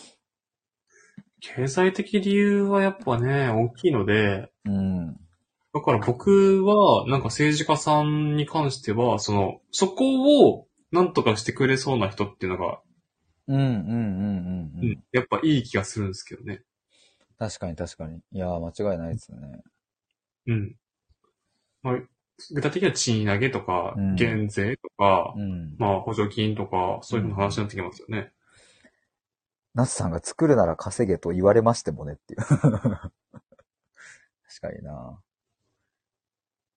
経済的理由はやっぱね、大きいので、 うん。 だから僕は、なんか政治家さんに関しては、その、そこをなんとかしてくれそうな人っていうのが、 うん、うん、うん、うん、ううん、 ん。 やっぱいい気がするんですけどね。 確かに確かに。いやー、間違いないですね。 うん。まあ、具体的には賃上げとか、 うん。 減税とか、 うん。 まあ補助金とか、 うん、 そういうふうなうん。 話になってきますよね。 ナスさんが作るなら稼げと言われましてもねっていう。確かにな。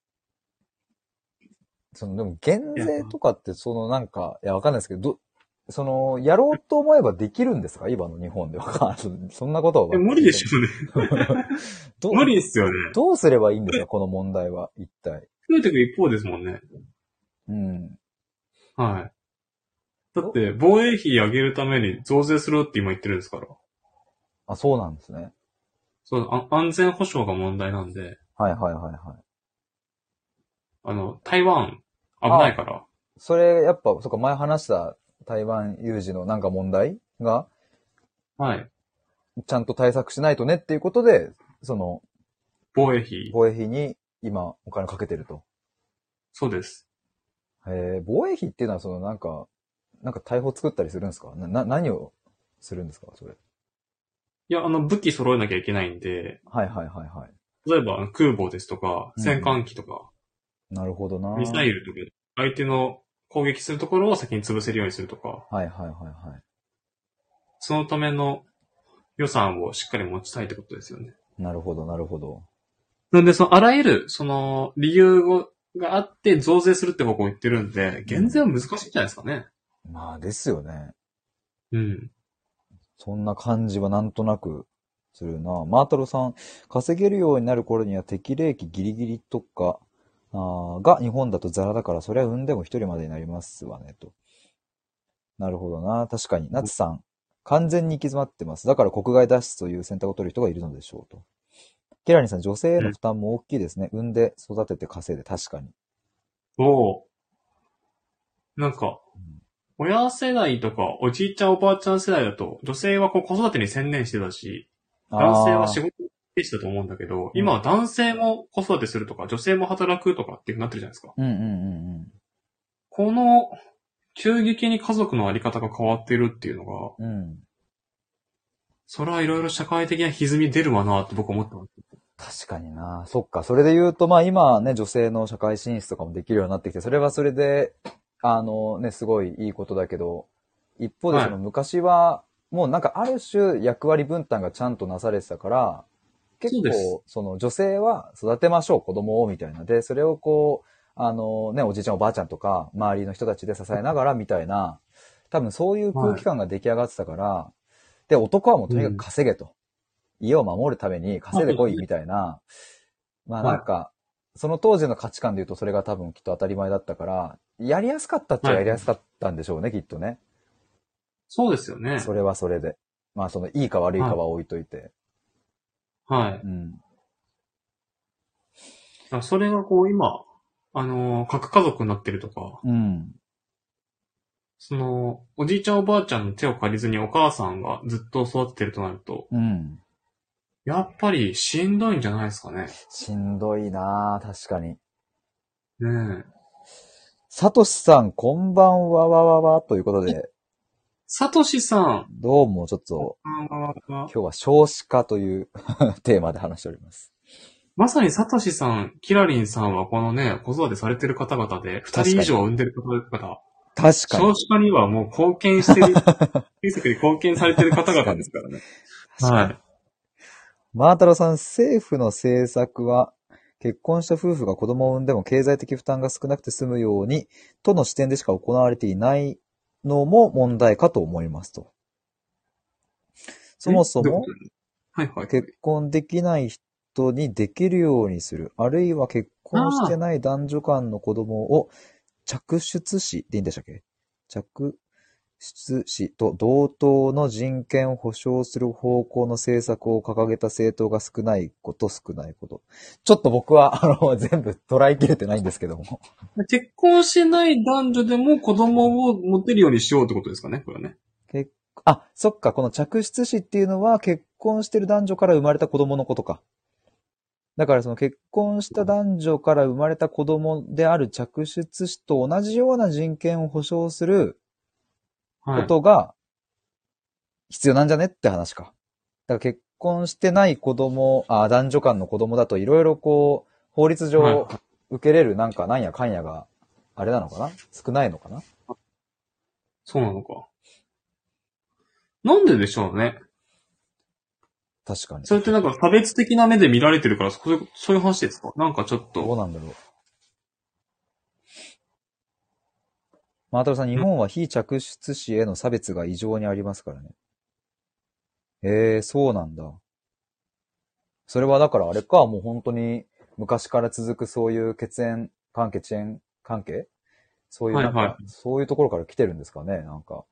その、でも減いや、 税とかって、そのなんか、いや、わかんないですけど、ど、 その、やろうと思えばできるんですか今の日本では。そんなことは。 え、無理でしょうね。 どう無理ですよね。 どうすればいいんですかこの問題は、一体。 増えていく一方ですもんね。 うん。 はい。だって、防衛費上げるために増税するって今言ってるんですから。 あ、そうなんですね。 そう、あ安全保障が問題なんで、 はいはいはいはい。 あの、台湾、危ないから。 それ、やっぱ、そっか、前話した台湾有事のなんか問題が、 はい。 ちゃんと対策しないとねっていうことで、その、 防衛費。 防衛費に今お金かけてると。 そうです。 へえ、防衛費っていうのはそのなんか、なんか大砲作ったりするんですかな、な、何をするんですかそれ。 いや、あの、武器揃えなきゃいけないんで、 はいはいはいはい。 例えばあの空母ですとか、 うんうん戦艦機とか、 なるほどな。 ミサイルとか、相手の攻撃するところを先に潰せるようにするとか、 はいはいはいはい。 そのための予算をしっかり持ちたいってことですよね。 なるほどなるほど。 なんで、その、あらゆる、その、理由があって増税するって方向を言ってるんで、減税は難しいんじゃないですかね。 まあですよね。 うん。 そんな感じはなんとなくするな。マータロさん、稼げるようになる頃には適齢期ギリギリとか、あーが日本だとザラだから、それは産んでも一人までになりますわね、と。なるほどな。確かに。ナツさん、完全に行き詰まってます。だから国外脱出という選択を取る人がいるのでしょうと。ケラニさん、女性への負担も大きいですね。産んで育てて稼いで、確かに。 そう。なんか、親世代とか、おじいちゃんおばあちゃん世代だと、女性はこう子育てに専念してたし、男性は仕ああ、 事でしたと思うんだけど、 うん今は男性も子育てするとか、女性も働くとかってなってるじゃないですか。 うんうんうんうん。 この、急激に家族のあり方が変わっているっていうのが、 うん。 それはいろいろ社会的な歪み出るわなって僕は思ってます。 確かにな。そっか。それで言うと、まあ今ね、女性の社会進出とかもできるようになってきて、それはそれで、あのね、すごいいいことだけど、一方でそのはい。 昔は、もうなんかある種役割分担がちゃんとなされてたから、結そうです。 構、その女性は育てましょう、子供を、みたいな。で、それをこう、あのね、おじいちゃんおばあちゃんとか、周りの人たちで支えながら、みたいな、多分そういう空気は感が出来上がってたから、で、男はもうい。 とにかくうん。 稼げと。家を守るためにあ、 稼いでこい、 そうですね。 みたいな。まあなはんか、その当時の価値観で言うとそれが多分きっと当たり前だったから、やりやすかったっい。はい。 ちゃやりやすかったんでしょうね、きっとね。 そうですよね。 それはそれで。まあそのいいか悪いかはい。 は置いといて。 はい。だかうん。 らそれがこう今、あのー核家族になってるとか、 うん。 その、おじいちゃんおばあちゃんの手を借りずにお母さんがずっと育ててるとなると、 うん。 やっぱりしんどいんじゃないですかね。 しんどいなぁ、確かに。 ねえ。 サトシさん、こんばんはわわわということで、 サトシさん。 どうもちょっと、今日は少子化というテーマで話しております。 まさにサトシさん、キラリンさんはこのね、子育てされてる方々で、二人以確かに。 上産んでる方々、 確かに。 少子化にはもう貢献してる、政策に貢献されてる方々ですからね。 確かに。 はい。 マータロさん、政府の政策は、結婚した夫婦が子供を産んでも経済的負担が少なくて済むように、との視点でしか行われていないのも問題かと思いますと。そえもそも、 どういうことはいはいはい。 結婚できない人にできるようにする、あるいは結婚してあない男女間の子供を嫡出子でいいんでしたっけ？嫡出子と同等の人権を保障する方向の政策を掲げた政党が少ないこと少ないこと。ちょっと僕は、あの、全部捉えきれてないんですけども。 あ。結婚してない男女でも子供を持てるようにしようってことですかね、これはね。 結あ、そっか、この嫡出子っていうのは結婚してる男女から生まれた子供のことか。だからその結婚した男女から生まれた子供である嫡出子と同じような人権を保障するこはい。 とが必要なんじゃねって話か。だから結婚してない子供、あ、男女間の子供だといろいろこう、法律はい。 上受けれるなんかなんやかんやが、あれなのかな少ないのかなそうなのか。なんででしょうね。 確かに。 それってなんか差別的な目で見られてるから、そういうそういう話ですか？なんかちょっと。 どうなんだろう。 マータロさん、日本は非嫡出子への差別が異常にありますからね。へえ、そうなんだ。それはだからあれか、もう本当に昔から続くそういう血縁関係、遅延関係そういうなんか、 はいはい。 そういうところから来てるんですかね、なんか。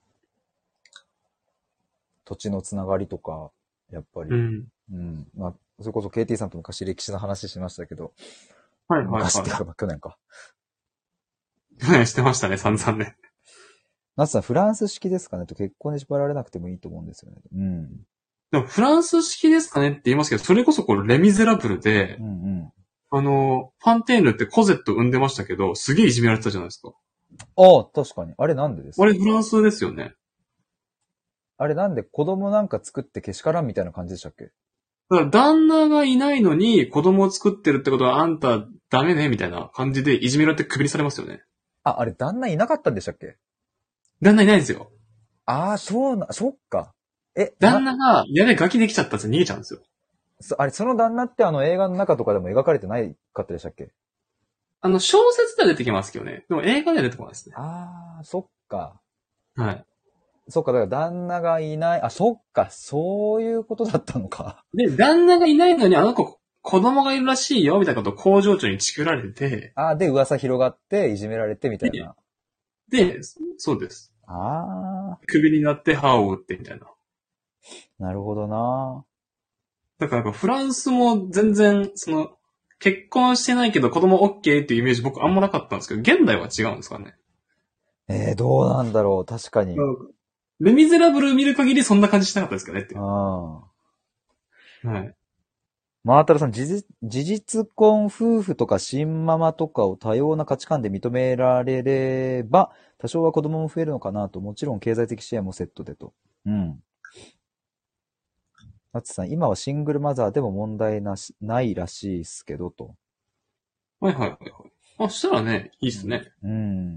土地のつながりとか、やっぱり。 うん。 うん。まあ、それこそ ケーティー さんと昔歴史の話しましたけど、 はいはいは昔っていうか、まあ去年か。 い。はい、してましたね、散々ね。 ナツさん、フランス式ですかねと結婚に縛られなくてもいいと思うんですよね。うん。 でも、フランス式ですかねって言いますけど、それこそこれ、レミゼラブルで、 うんうん。 あの、ファンテーヌってコゼット産んでましたけど、すげえいじめられてたじゃないですか。 ああ、確かに。あれなんでですか？ あれ、フランスですよね。 あれなんで子供なんか作ってけしからんみたいな感じでしたっけ？ だから、旦那がいないのに子供を作ってるってことはあんたダメね、みたいな感じでいじめられてクビにされますよね。 あ、あれ旦那いなかったんでしたっけ？ 旦那いないんですよ。 ああ、そうな、そっか。え、な、 旦那が、やべえ、ガキできちゃったって逃げちゃうんですよ。 そ、あれ、その旦那ってあの映画の中とかでも描かれてないかったでしたっけ？ あの、小説では出てきますけどね。でも映画では出てこないですね。 ああ、そっか。 はい。 そっか、だから旦那がいない。あ、そっか、そういうことだったのか。 で、旦那がいないのにあの子、子供がいるらしいよ、みたいなことを工場長にチクられて、 ああ、で、噂広がって、いじめられてみたいで、 な。 で、そうです。 ああ、 クビになって歯を打ってみたいな。 なるほどな。 だからなんかフランスも全然、その、結婚してないけど子供 OK っていうイメージ僕あんまなかったんですけど、現代は違うんですかね。 えー、どうなんだろう。確かに。 うんレミゼラブル見る限りそんな感じしなかったですかねっていうう。 ん。 はい。 マータルさん、事実、事実婚夫婦とか新ママとかを多様な価値観で認められれば、多少は子供も増えるのかなと、もちろん経済的支援もセットでと。うん。ナツさん、今はシングルマザーでも問題なし、ないらしいっすけど、と。 はいはいはいはい。あ、そしたらね、いいっすね。 うん。うん。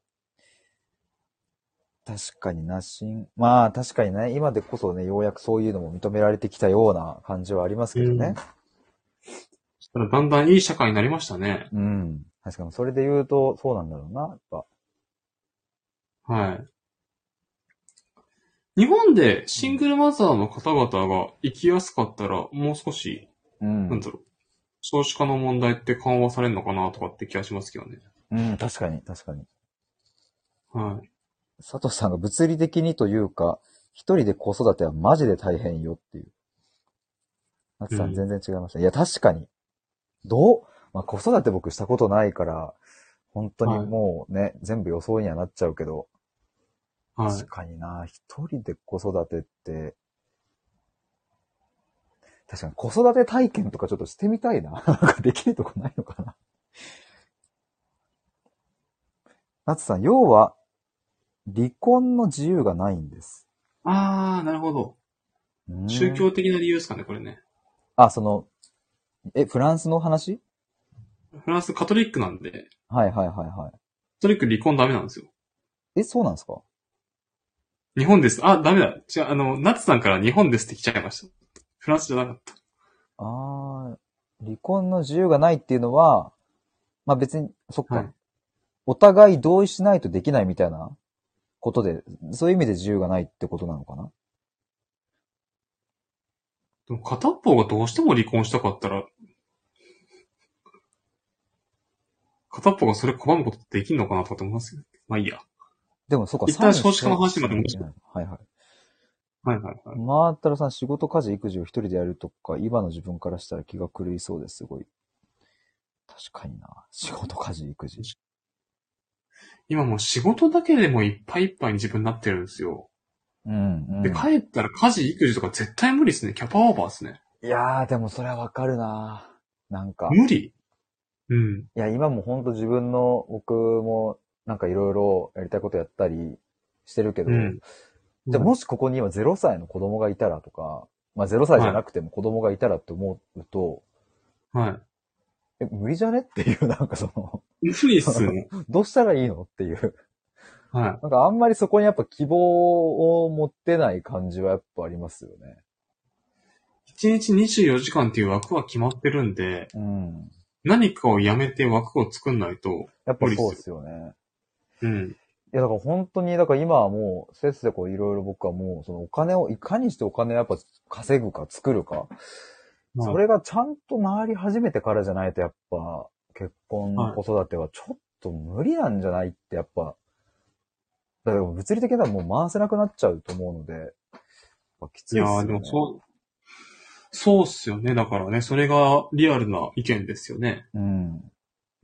確かになしん、まあ確かにね、今でこそね、ようやくそういうのも認められてきたような感じはありますけどね。 うん。そしたらだんだんいい社会になりましたね。 うん。確かに、それで言うと、そうなんだろうな、やっぱ。 はい。日本でうん。 シングルマザーの方々が生きやすかったら、もう少し、 うん。 なんだろう、少子化の問題って緩和されるのかなとかって気がしますけどね。 うん、確かに、確かに。 はい。 佐藤さんが物理的にというか、一人で子育てはマジで大変よっていう。夏さん全うん。 然違いました。いや、確かに。どうまあ、子育て僕したことないから、本当にはい。 もうね、全部予想にはなっちゃうけど、確はい。 かにな、一人で子育てって、確かに子育て体験とかちょっとしてみたいな。なんかできるとこないのかな。夏さん、要は、離婚の自由がないんです。 あー、なるほど。 うー宗ん。 教的な理由ですかね、これね。 あ、その、え、フランスの話？ フランスカトリックなんで、カはいはいはいはい。 トリック離婚ダメなんですよ。 え、そうなんですか？ 日本です。あ、ダメだ。違う、あの、ナツさんから日本ですって来ちゃいました。フランスじゃなかった。 あー、離婚の自由がないっていうのは、まあ別に、そっか。 はい。 お互い同意しないとできないみたいなことで、そういう意味で自由がないってことなのかな？ でも片方がどうしても離婚したかったら、片方がそれ拒むことってできんのかなとかって思いますよね。まあいいや。 でもそっか、 一旦三少子化の話ま者しで戻しとく。 なきゃいけない。はいはい。 はいはいはい。 マータロさん、仕事、家事、育児を一人でやるとか、今の自分からしたら気が狂いそうです、すごい。確かにな。仕事、家事、育児。 今もう仕事だけでもいっぱいいっぱいに自分になってるんですよ。 うん、 で、 うん。 帰ったら家事、育児とか絶対無理ですね。キャパオーバーですね。 いやー、でもそれはわかるな。なんか。 無理うん。 いや、今もほんと自分の、僕も、なんかいろいろやりたいことやったりしてるけど、 うん。 じゃあはい。 もしここに今ゼロさいの子供がいたらとか、まあゼロさいじゃはなくても子供がいたらって思うと、 い。はえ、無理じゃねっていう、なんかそのい。無理っすね。 どうしたらいいのっていう。 はなんかあんまりそこにやっぱ希望を持ってない感じはやっぱありますよね。 い。いちにちにじゅうよじかんっていう枠は決まってるんで、 うん。 何かをやめて枠を作んないとやっぱそうっ無理っすよ。 すよね。 うん。 いや、だから本当に、だから今はもう、せっせこいろいろ僕はもう、そのお金を、いかにしてお金をやっぱ稼ぐか作るか、そはい。 れがちゃんと回り始めてからじゃないとやっぱ、結婚、 はい。 子育てはちょっと無理なんじゃないってやっぱ、だから物理的にはもう回せなくなっちゃうと思うので、やっぱきついっいやー、ですよね。 もそう、そうっすよね。だからね、それがリアルな意見ですよね。 うん。 うん。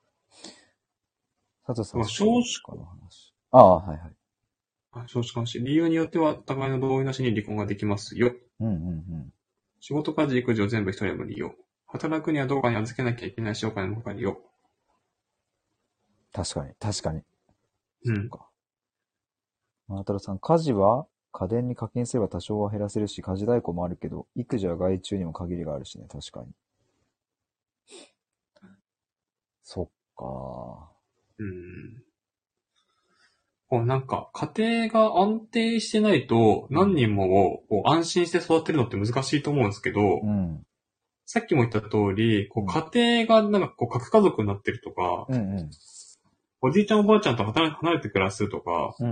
佐藤さん、 まあ、 少少子子化の話。ああ、はいはい。 化、少子化の話、理由によっては互いの同意なしに離婚ができますよ。 うんうん仕事家事育児を全部一人は無理よ。働くにはどこかに預けなきゃいけないし、お金もかかるよ。 確かに、確かに。 うん。 そっか。マータロさん、家事は家電に課金すれば多少は減らせるし、家事代行もあるけど、育児は外注にも限りがあるしね、確かに。そっか。 うん。こうなんか、家庭が安定してないと、何人もをこう安心して育てるのって難しいと思うんですけど、 うん。 さっきも言った通り、こううん。 家庭がなんかこう核家族になってるとか、 うんうん。 おじいちゃんおばあちゃんと離れ離れて暮らすとか、 うんうん。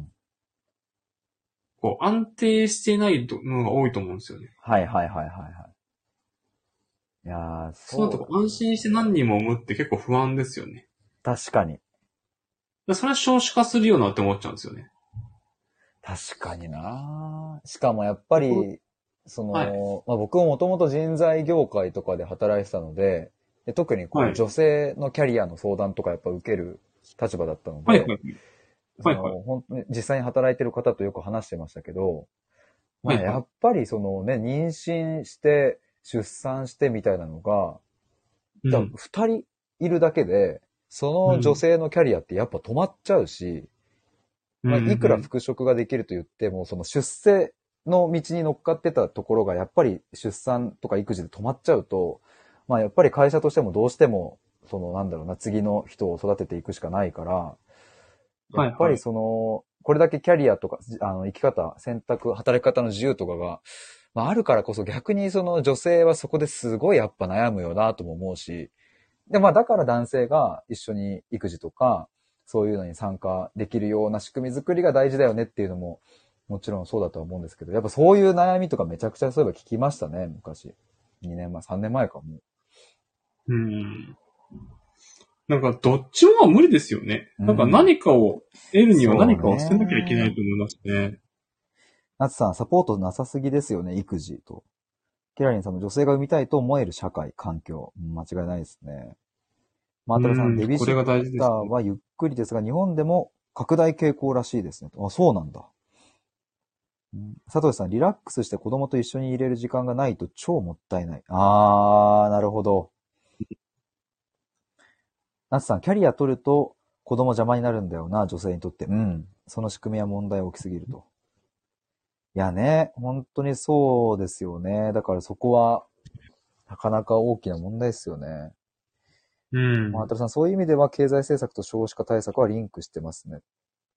こう安定してないのが多いと思うんですよね。 はいはいはいはいはい。いやー、 そうだと安そうだね。 心して何人も産むって結構不安ですよね。 確かに。 だそれは少子化するよなって思っちゃうんですよね。 確かにな。しかもやっぱり、そはい。 の、まあ、僕ももともと人材業界とかで働いてたので、で特にこはい。 う女性のキャリアの相談とかやっぱ受ける立場だったのはい。はで、 い。はい。はい。 その、本当に実際に働いてる方とよく話してましたけど、まあはい。はい。 やっぱりそのね、妊娠して出産してみたいなのが、じゃあうん。 二人いるだけで、その女うん。 性のキャリアってやっぱ止まっちゃうし、 うん。 まあ、いくらうん。 復職ができると言っても、その出世の道に乗っかってたところが、やっぱり出産とか育児で止まっちゃうと、まあ、やっぱり会社としてもどうしても、その、なんだろうな、次の人を育てていくしかないから、やっはい。はい。 ぱりその、これだけキャリアとか、あの、生き方、選択、働き方の自由とかが、まあ、あるからこそ逆にその女性はそこですごいやっぱ悩むよなとも思うし、で、まあだから男性が一緒に育児とか、そういうのに参加できるような仕組み作りが大事だよねっていうのも、もちろんそうだとは思うんですけど、やっぱそういう悩みとかめちゃくちゃそういえば聞きましたね、昔。にねんまえ、さんねんまえかも。 うん。なんか、どっちもは無理ですよね。なんかうん。 何かを得るにはそう何かを捨てなきゃいけないね。 と思いますね。 夏さん、サポートなさすぎですよね、育児と。キラリンさんも女性が産みたいと思える社会、環境。うん間違いないですね。マータロさん、 うん。 ベビーシッこれが大事でターすね。 はゆっくりですが、日本でも拡大傾向らしいですね。あ、そうなんだ。うん佐藤さん、リラックスして子供と一緒に入れる時間がないと超もったいない。あー、なるほど。ナツさん、キャリア取ると子供邪魔になるんだよな、女性にとって。うん。その仕組みは問題大きすぎると。いやね、本当にそうですよね。だからそこは、なかなか大きな問題ですよね。 うん。 マータルさん、そういう意味では経済政策と少子化対策はリンクしてますね。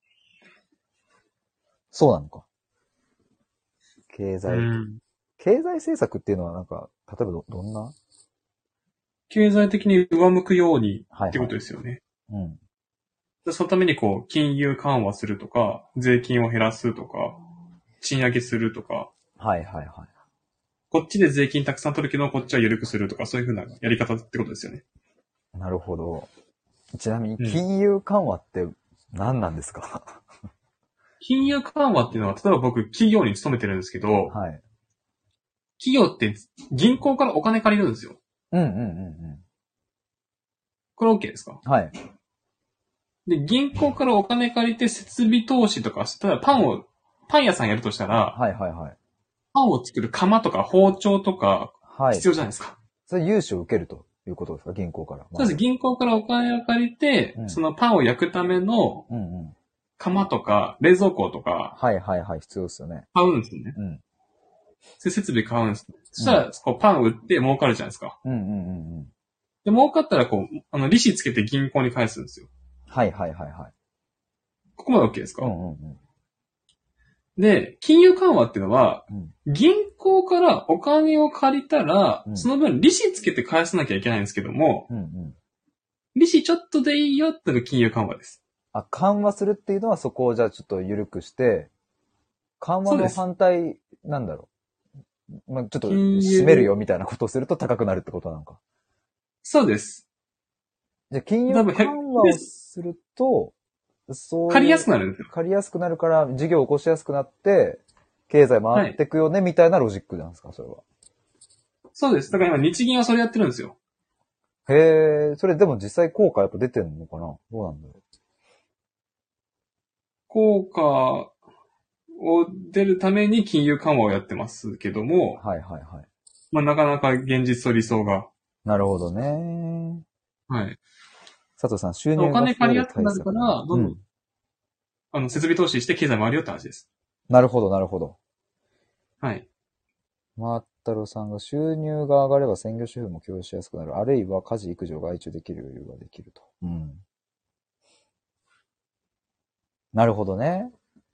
そうなのか。経済、 うん。 経済政策っていうのはなんか、例えばど、どんな経済的に上向くようにってこはいはい。 とですよね。 うん。 でそのためにこう、金融緩和するとか、税金を減らすとか、賃上げするとか、 はいはいはい。 こっちで税金たくさん取るけど、こっちは緩くするとか、そういうふうなやり方ってことですよね。 なるほど。ちなみに、 うん。 金融緩和って何なんですか？ 金融緩和っていうのは、例えば僕、企業に勤めてるんですけど、 はい。 企業って銀行からお金借りるんですよ。 うんうんうんこれ OK ですか？ うん。はい。 で、銀行からお金借りて設備投資とか、例えばパンを、パン屋さんやるとしたら、 はいはいはい。 パンを作る釜とか包丁とかはい。 必要じゃないですか。 それ融資を受けるということですか？銀行から、まそうです。 ず。 銀行からお金を借りて、 うん。 そのパンを焼くためのうんうん。 釜とか冷蔵庫とかはいはいはい。必要ですよね。 買うんですよね。 うん。 そういう設備買うんです。そしうん。 たら、こうパン売って儲かるじゃないですか。 うんうんうんうん。 で、儲かったら、こう、あの、利子つけて銀行に返すんですよ。 はいはいはいはい。 ここまで OK ですか？ うんうんうん。 で、金融緩和っていうのは、 うん。 銀行からお金を借りたら、 うん。 その分利子つけて返さなきゃいけないんですけども、 うんうん。 利子ちょっとでいいよっていうのが金融緩和です。 あ、緩和するっていうのはそこをじゃあちょっと緩くして、緩和の反対、なんだろう。まあ、ちょっと締めるよみたいなことをすると高くなるってことなのか。 そうです。 じゃあ金融緩和をすると、そういう。 借りやすくなるんですよ。 借りやすくなるから、事業を起こしやすくなって、経済回っていくよね、はい、みたいなロジックなんですか、それは。 そうです。だから今日銀はそれやってるんですよ。 へえ、それでも実際効果やっぱ出てるのかな？どうなんだろう。 効果を出るために金融緩和をやってますけども。 はいはいはい。 まあなかなか現実と理想が。 なるほどね。 はい。 佐藤さん、収入がお金借りやすくなるから、どんどん、うん、あの、設備投資して経済回るよって話です。 なるほどなるほど。 はい。 マー太郎さんが収入が上がれば専業主婦も起業しやすくなる。あるいは家事育児を外注できる余裕ができると。うん。なるほどね。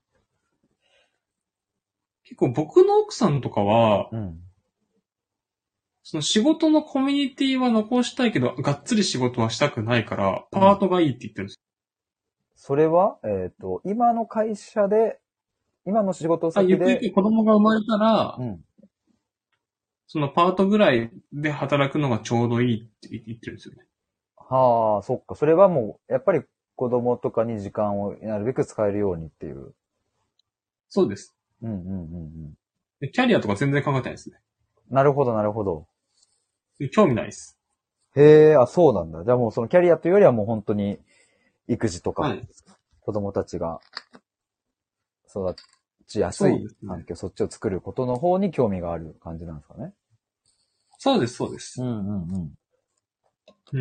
結構僕の奥さんとかは、 うん、 その仕事のコミュニティは残したいけど、がっつり仕事はしたくないから、パートがいいって言ってるんです。 うん、それは、えっと、今の会社で、今の仕事先で。 あ、ゆくゆく子供が生まれたら、うん、そのパートぐらいで働くのがちょうどいいって言ってるんですよね。 はあ、そっか。それはもう、やっぱり子供とかに時間をなるべく使えるようにっていう。 そうです。 うんうんうんうん。キャリアとか全然考えてないですね。 なるほど、なるほど。 興味ないです。 へえ、あ、そうなんだ。じゃあもうそのキャリアというよりはもう本当に育児とか、はい、子供たちが育ちやすい環境、そ,、ね、そっちを作ることの方に興味がある感じなんですかね。 そうです、そうです。 うんうんうん。 うん。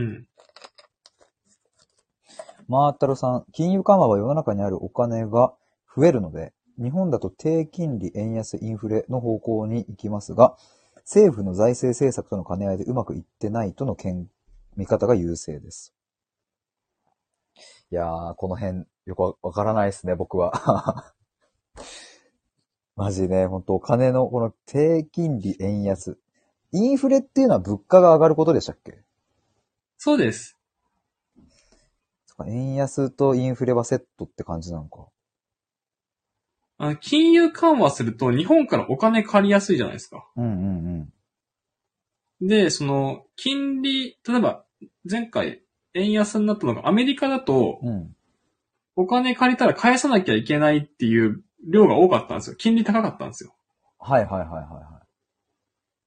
マータロさん、金融緩和は世の中にあるお金が増えるので、日本だと低金利、円安、インフレの方向に行きますが、政府の財政政策との兼ね合いでうまくいってないとの見、見方が優勢です。いやー、この辺よくわからないですね、僕は。マジね、ほんとお金のこの低金利、円安。インフレっていうのは物価が上がることでしたっけ？ そうです。 円安とインフレはセットって感じなのか。 あの金融緩和すると日本からお金借りやすいじゃないですか。 うんうんうん。で、その、金利、例えば前回円安になったのがアメリカだと、うん、お金借りたら返さなきゃいけないっていう量が多かったんですよ。金利高かったんですよ。 はいはいはいはい、はい。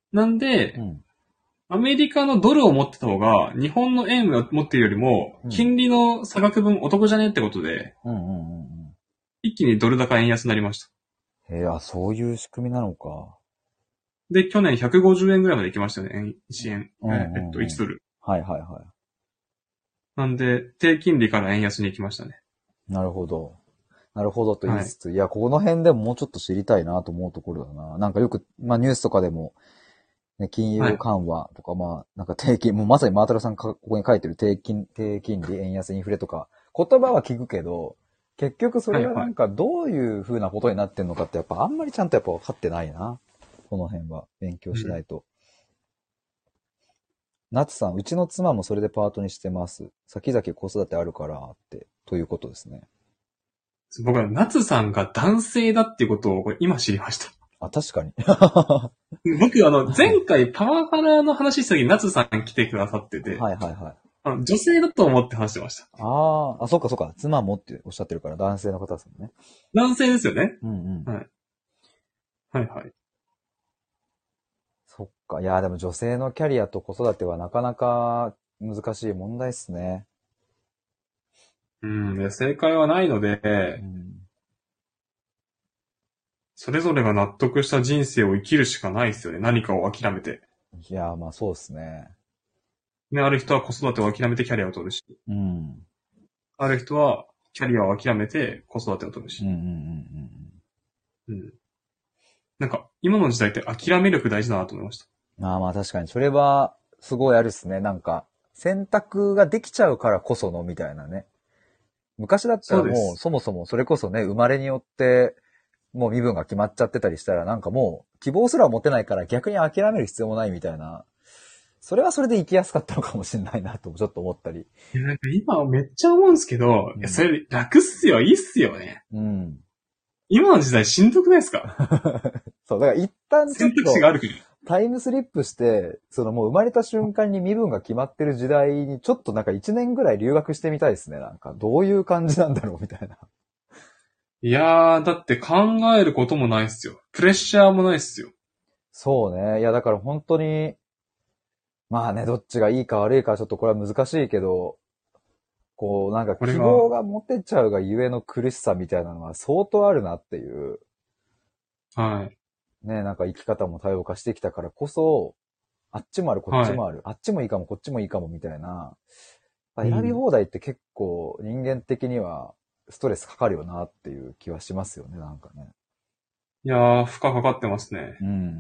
なんで、うん、アメリカのドルを持ってた方が、日本の円を持っているよりも、金利の差額分お得じゃねってことで、うんうんうんうん、一気にドル高円安になりました。 へえ、あ、そういう仕組みなのか。 で、去年ひゃくごじゅうえんぐらいまで行きましたね、円、いちえん。うんうんうん、えっと、いちドル。 はいはいはい。 なんで、低金利から円安に行きましたね。 なるほど。なるほどと言いつつ、はい、いや、この辺でももうちょっと知りたいなと思うところだな。なんかよく、まあニュースとかでも、ね、金融緩和とか、はい、まあ、なんか低金、もうまさにマータロさんがここに書いてる低金、低金利、円安、インフレとか、言葉は聞くけど、結局それがなんかどういう風なことになってんのかってやっぱあんまりちゃんとやっぱ分かってないな。この辺は勉強しないと。うん、ナツさん、うちの妻もそれでパートにしてます。先々子育てあるからって、ということですね。 僕はナツさんが男性だっていうことを今知りました。 あ、確かに。 僕、あの、前回パワハラの話した時にナツさん来てくださってて。 はいはいはい。 あの女性だと思って話してました。 ああ、あ、そっかそっか。妻もっておっしゃってるから男性の方ですもんね。 男性ですよね。 うんうん。 はい。はいはい。 そっか。いや、でも女性のキャリアと子育てはなかなか難しい問題っすね。 うん、正解はないので、うん、それぞれが納得した人生を生きるしかないですよね。何かを諦めて。 いや、まあそうですね。 ね、ある人は子育てを諦めてキャリアを取るし。 うん。 ある人はキャリアを諦めて子育てを取るし。 うんうんうんうん。 うん。なんか、今の時代って諦め力大事だなと思いました。 まあまあ確かに、それはすごいあるっすね。なんか、選択ができちゃうからこそのみたいなね。昔だったらもうそもそもそれこそね、生まれによってもう身分が決まっちゃってたりしたらなんかもう希望すら持てないから逆に諦める必要もないみたいな、 それはそれで生きやすかったのかもしれないなとちょっと思ったり。 いや、なんか今めっちゃ思うんですけど、 うん、 いや、それ楽っすよ、いいっすよね。 うん。 今の時代しんどくないですか？ そう、だから一旦ちょっ選択肢があとる国。 タイムスリップして、そのもう生まれた瞬間に身分が決まってる時代にちょっとなんか一年ぐらい留学してみたいですね。なんかどういう感じなんだろうみたいな。 いやー、だって考えることもないっすよ。プレッシャーもないっすよ。 そうね。いやだから本当に、まあね、どっちがいいか悪いかはちょっとこれは難しいけど、こうなんか希望が持てちゃうがゆえの苦しさみたいなのは相当あるなっていう。 はい。 ね、なんか生き方も多様化してきたからこそ、あっちもある、こっちもある、はい、あっちもいいかも、こっちもいいかもみたいな。選び放題って結構人間的にはストレスかかるよなっていう気はしますよね、なんかね。 いやー、負荷かかってますね。 うん。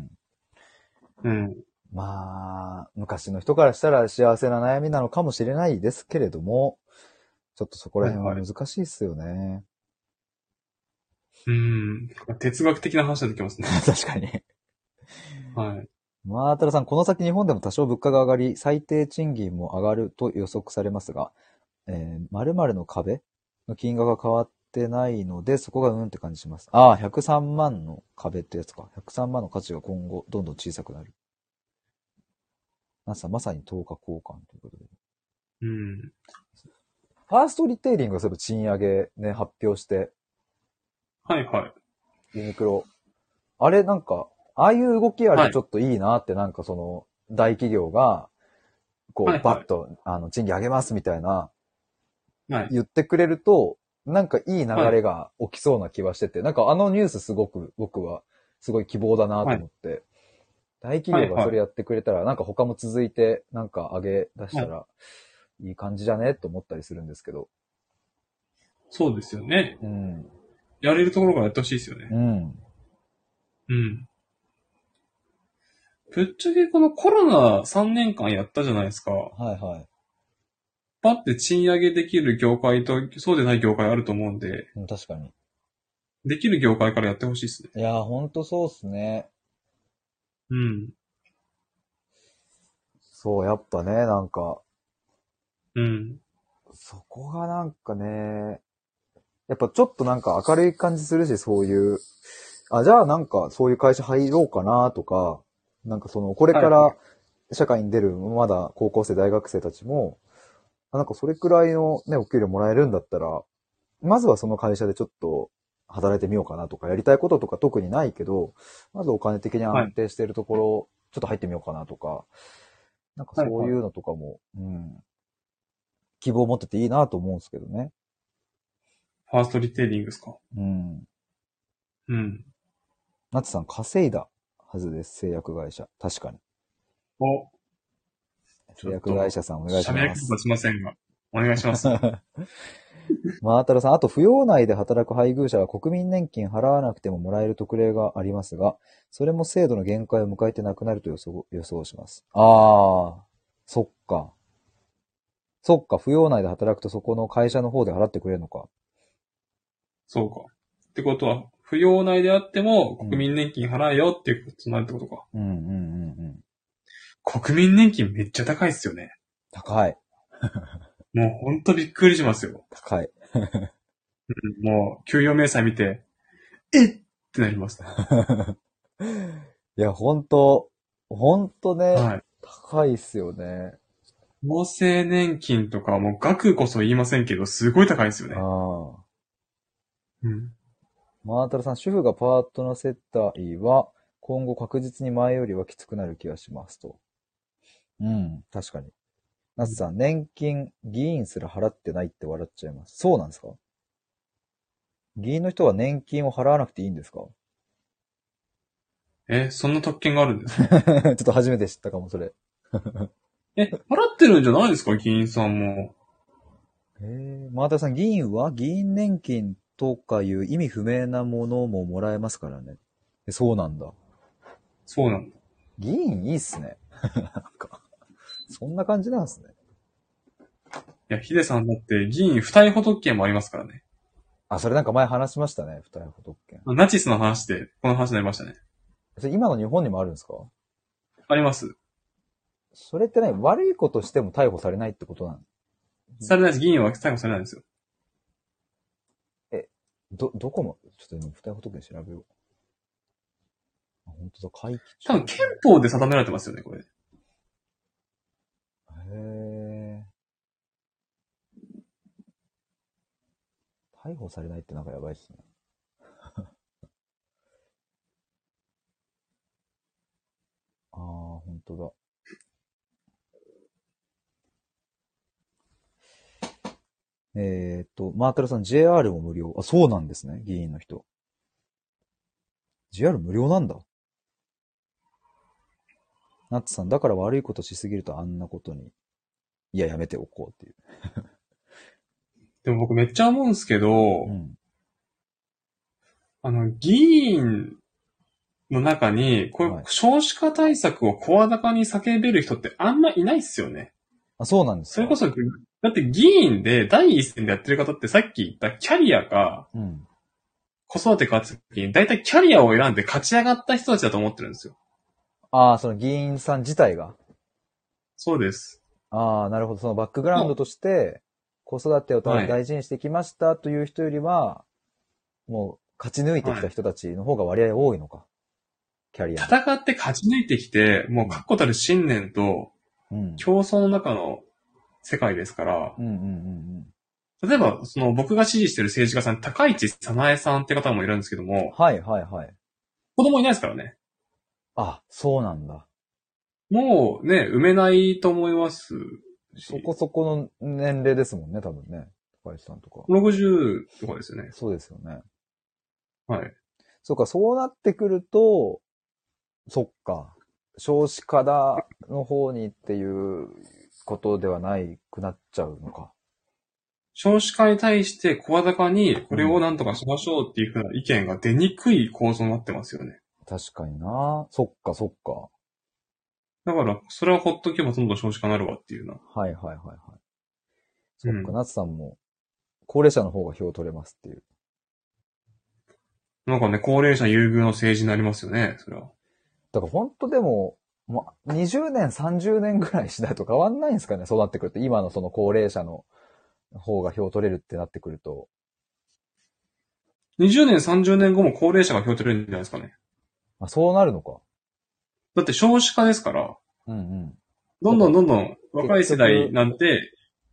うん。 まあ、昔の人からしたら幸せな悩みなのかもしれないですけれども、ちょっとそこら辺は難しいっすよね。はいはい、 うん。哲学的な話ができますね。 確かに。 はい。 まあ、たださん、この先日本でも多少物価が上がり、最低賃金も上がると予測されますが、えー、〇〇の壁の金額が変わってないので、そこがうんって感じします。ああ、ひゃくさんまんの壁ってやつか。ひゃくさんまんの価値が今後どんどん小さくなる。なさ、まさに等価交換ということで。 うん。 ファーストリテイリングがそういえば賃上げね、発表して。 はいはい。 ユニクロ。あれなんか、ああいう動きあるとちょっといいなってなんかその、大企業が、こう、バッと、あの、賃金上げますみたいな、言ってくれると、なんかいい流れが起きそうな気はしてて、なんかあのニュースすごく僕はすごい希望だなと思って、大企業がそれやってくれたら、なんか他も続いて、なんか上げ出したら、いい感じじゃねと思ったりするんですけど。 そうですよね。 うん。 やれるところからやってほしいですよね。 うん。 うん。ぶっちゃけこのコロナさんねんかんやったじゃないですか。 はいはい。 パって賃上げできる業界と、そうでない業界あると思うんで。 うん、確かに。 できる業界からやってほしいですね。 いやー、ほんとそうっすね。 うん。 そう、やっぱね、なんか。 うん。 そこがなんかね、やっぱちょっとなんか明るい感じするし、そういう、あ、じゃあなんかそういう会社入ろうかなとか、なんかその、これから社会に出るまだ高校生、大学生たちも、なんかそれくらいのね、お給料もらえるんだったら、まずはその会社でちょっと働いてみようかなとか、やりたいこととか特にないけど、まずお金的に安定しているところ、はい、ちょっと入ってみようかなとか、なんかそういうのとかも、はいはい、うん、希望を持ってていいなと思うんですけどね。 ファーストリテイリングですか？ うん。 うん。 ナツさん稼いだはずです、製薬会社。確かに。 お。 製薬会社さんお願いします。 喋り方はしませんが。お願いします。 マータラさん、あと、扶養内で働く配偶者は国民年金払わなくてももらえる特例がありますが、それも制度の限界を迎えてなくなると予想、予想します。ああ、そっか。そっか、扶養内で働くとそこの会社の方で払ってくれるのか。 そうか。ってことは、扶養内であっても国民年金払えよっていうことになるってことか。 うんうんうんうん。 国民年金めっちゃ高いっすよね。 高い。 もうほんとびっくりしますよ。 高い。 もう、給与明細見て、えっってなります。 いや、ほんと、ほんとね、 はい、 高いっすよね。 厚生年金とかもう額こそ言いませんけど、すごい高いですよね。 ああ。 うん。 マータルさん、主婦がパートの接待は、今後確実に前よりはきつくなる気がしますと。うん、確かに。ナスさん、年金、議員すら払ってないって笑っちゃいます。そうなんですか？議員の人は年金を払わなくていいんですか？ え、そんな特権があるんですか？ ちょっと初めて知ったかも、それ。 え、払ってるんじゃないですか、議員さんも。 えー、マータルさん、議員は議員年金とかいう意味不明なものももらえますからね。え、そうなんだ。 そうなんだ。 議員いいっすね。なんか、そんな感じなんですね。 いや、ヒデさんだって議員不逮捕特権もありますからね。 あ、それなんか前話しましたね、不逮捕特権。 ナチスの話で、この話になりましたね。 それ今の日本にもあるんですか？ あります。 それってね、悪いことしても逮捕されないってことなの？ されないです。議員は逮捕されないんですよ。 え、ど、どこも、ちょっと今、不逮捕特権調べよう。あ、本当だ、会期中。 多分憲法で定められてますよね、これ。 へえ。逮捕されないってなんかやばいっすね。ああ、本当だ。えーっと、マータルさん、ジェイアール も無料。あ、そうなんですね、議員の人。ジェイアール 無料なんだ。ナッツさん、だから悪いことしすぎるとあんなことに。いや、やめておこうっていう。 でも僕めっちゃ思うんですけど、 うん。 あの、議員の中に、こういう少子化対策を声高に叫べる人ってあんまいないっすよね。 あ、そうなんですか。 それこそ、だって議員で第一線でやってる方ってさっき言ったキャリアか、 うん。 子育てかって時に、だいたいキャリアを選んで勝ち上がった人たちだと思ってるんですよ。 ああ、その議員さん自体が。 そうです。 ああ、なるほど。そのバックグラウンドとして、子育てをはい。 大事にしてきましたという人よりは、もう勝ち抜いてきた人たちの方が割合多いのか。キャリアの。 戦って勝ち抜いてきて、もう確固たる信念とうん。 競争の中の世界ですから、 うんうんうんうん。 例えば、その僕が支持してる政治家さん、高市早苗さんって方もいるんですけども、 はいはいはい。 子供いないですからね。 あ、そうなんだ。 もうね、埋めないと思いますし、 そこそこの年齢ですもんね、多分ね。高橋さんとか。 ろくじゅうとかですよね。 そうですよね。 はい。 そうか、そうなってくると、そっか。少子化だの方にっていうことではないくなっちゃうのか。 少子化に対して声高にこれをなんとかしましょうっていうふうな意見が出にくい構造になってますよね。 確かにな。そっかそっか。 だから、それはほっとけばどんどん少子化になるわっていうな。 はいはいはいはい。そっか、 うん。 夏さんも高齢者の方が票取れますっていう。 なんかね、高齢者優遇の政治になりますよね、それは。 だから本当でも、ま、にじゅうねん、さんじゅうねんぐらいしないと変わんないんですかね、そうなってくると。今のその高齢者の方が票取れるってなってくると。 にじゅうねん、さんじゅうねんごも高齢者が票取れるんじゃないですかね。 あ、そうなるのか。 だって少子化ですから、 うんうん。 どんどんどんどん若い世代結局、 なんて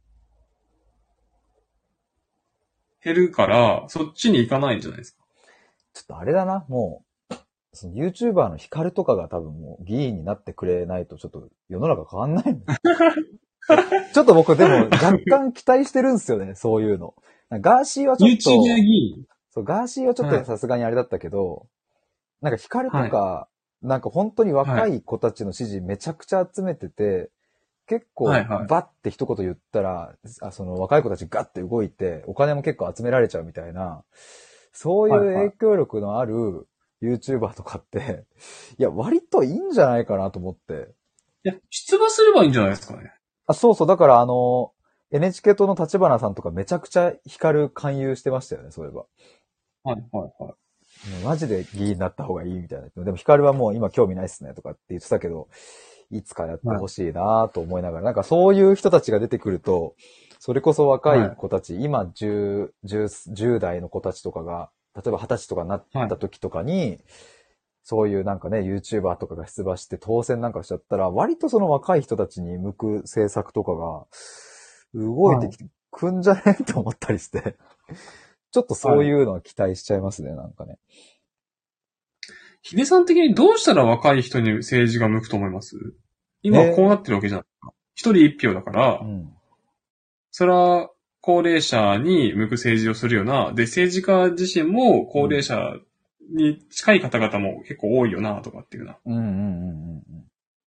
減るから、そっちに行かないんじゃないですか。 ちょっとあれだな、もう、その YouTuber のヒカルとかが多分もう議員になってくれないとちょっと世の中変わんないんだ。ちょっと僕でも若干期待してるんですよね、そういうの。ガーシーはちょっ YouTuber と、 議員。 そう、ガーシーはちょっとはい。 さすがにあれだったけど、なんかヒカルとはい。 か、なんか本当に若はい。 い子たちの支持めちゃくちゃ集めてて、結構はい。はい。 バッて一言言ったら、あその若い子たちガッて動いて、お金も結構集められちゃうみたいな、そういうはい。は影響力のある YouTuber とかって、いや、割といいんじゃないかなと思って。 い。いや、出馬すればいいんじゃないですかね。 あ、そうそう、だからあの、エヌエイチケー 党の立花さんとかめちゃくちゃヒカル勧誘してましたよね、そういえば。 はい。はい。はい。 マジで議員になった方がいいみたいな。でもヒカルはもう今興味ないっすねとかって言ってたけど、いつかやってほしいなと思いながら、なんかそういう人たちが出てくると、それこそ若はい。 い子たち、今じゅう、じゅう、じゅう代の子たちとかが、例えばはたちとかになっはい。 た時とかに、そういうなんかね、YouTuber とかが出馬して当選なんかしちゃったら、割とその若い人たちに向く政策とかが、動いてはい。 きてくんじゃねと思ったりして、ちょっとそうはい。 いうのは期待しちゃいますね、なんかね。 ヒデさん的にどうしたら若い人に政治が向くと思います？今はこうなえってるわけじゃないですか。一人一票だから、 ー、うん。 それは高齢者に向く政治をするよな。で、政治家自身も高齢うん。 者に近い方々も結構多いよな、とかっていうな。 うんうんうんうんうん。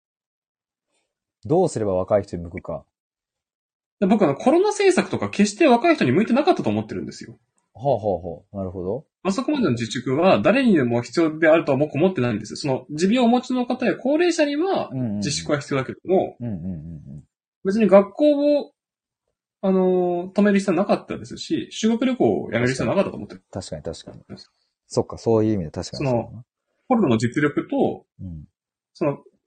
どうすれば若い人に向くか。 で僕はコロナ政策とか決して若い人に向いてなかったと思ってるんですよ。 ほうほうほう。なるほど。 あそこまでの自粛は誰にでも必要であるとは僕思ってないんですよ。その持病をお持ちの方や高齢者にはうんうんうん。 自粛は必要だけども、 うんうんうんうん。 別に学校を、あのー止める必要はなかったですし、修学旅行をやめる必要は確かに。 なかったと思ってる確かに確かに。 んです。 そっか、そういう意味で確かその、 にそうだな。 コロナの実力と、 うん。 その、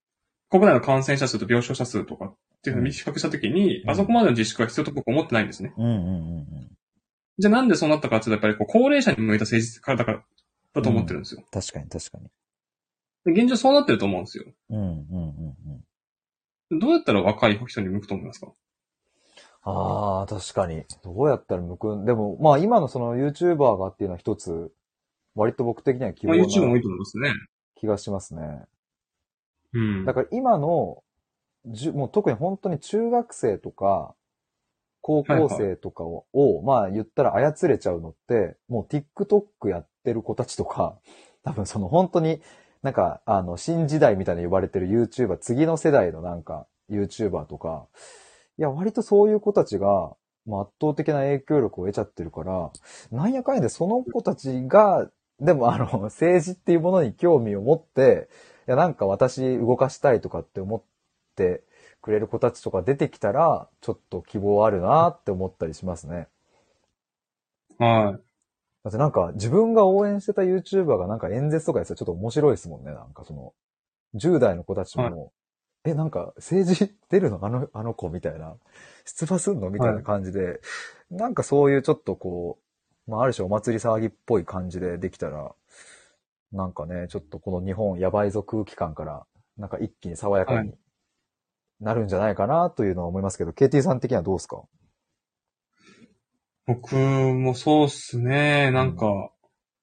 国内の感染者数と病床者数とかっていうのを比較したときに、 うんあそこまでの自粛が必要と僕は思ってないんですね。 うんうんうんじゃあなんでそうなったかっていうと、やっぱりこう高齢者に向いた政治家だから、だと思ってるんですよ。 確かに確かに。 で現状そうなってると思うんですよ。 うんうんうんうん。 どうやったら若い人に向くと思いますか？ ああ、確かに。どうやったら向くんでも、まあ今のその YouTuber がっていうのは一つ、割と僕的には希まあ望 YouTube もないいと思いますね。 気がしますね。 うん。 だから今の、じゅもう特に本当に中学生とか、高校はいはい。 生とかを、をまあ言ったら操れちゃうのって、もう TikTok やってる子たちとか、多分その本当になんか、あの、新時代みたいに呼ばれてる YouTuber、次の世代のなんか YouTuber とか、いや、割とそういう子たちが、まあ、圧倒的な影響力を得ちゃってるから、なんやかんやでその子たちが、でもあの、政治っていうものに興味を持って、いや、なんか私動かしたいとかって思ってくれる子たちとか出てきたら、ちょっと希望あるなって思ったりしますね。 はい。 だってなんか自分が応援してた YouTuber がなんか演説とかやってたらちょっと面白いですもんね。なんかその、じゅう代の子たちはい。 も、え、なんか政治出るのあの、あの子みたいな。出馬すんのみたいなはい。 感じで、なんかそういうちょっとこう、まあある種お祭り騒ぎっぽい感じでできたら、なんかね、ちょっとこの日本やばいぞ空気感から、なんか一気に爽やかはい。 になるんじゃないかなというのは思いますけど、ケーティー さん的にはどうですか？ 僕もそうっすね。 うん。 なんか、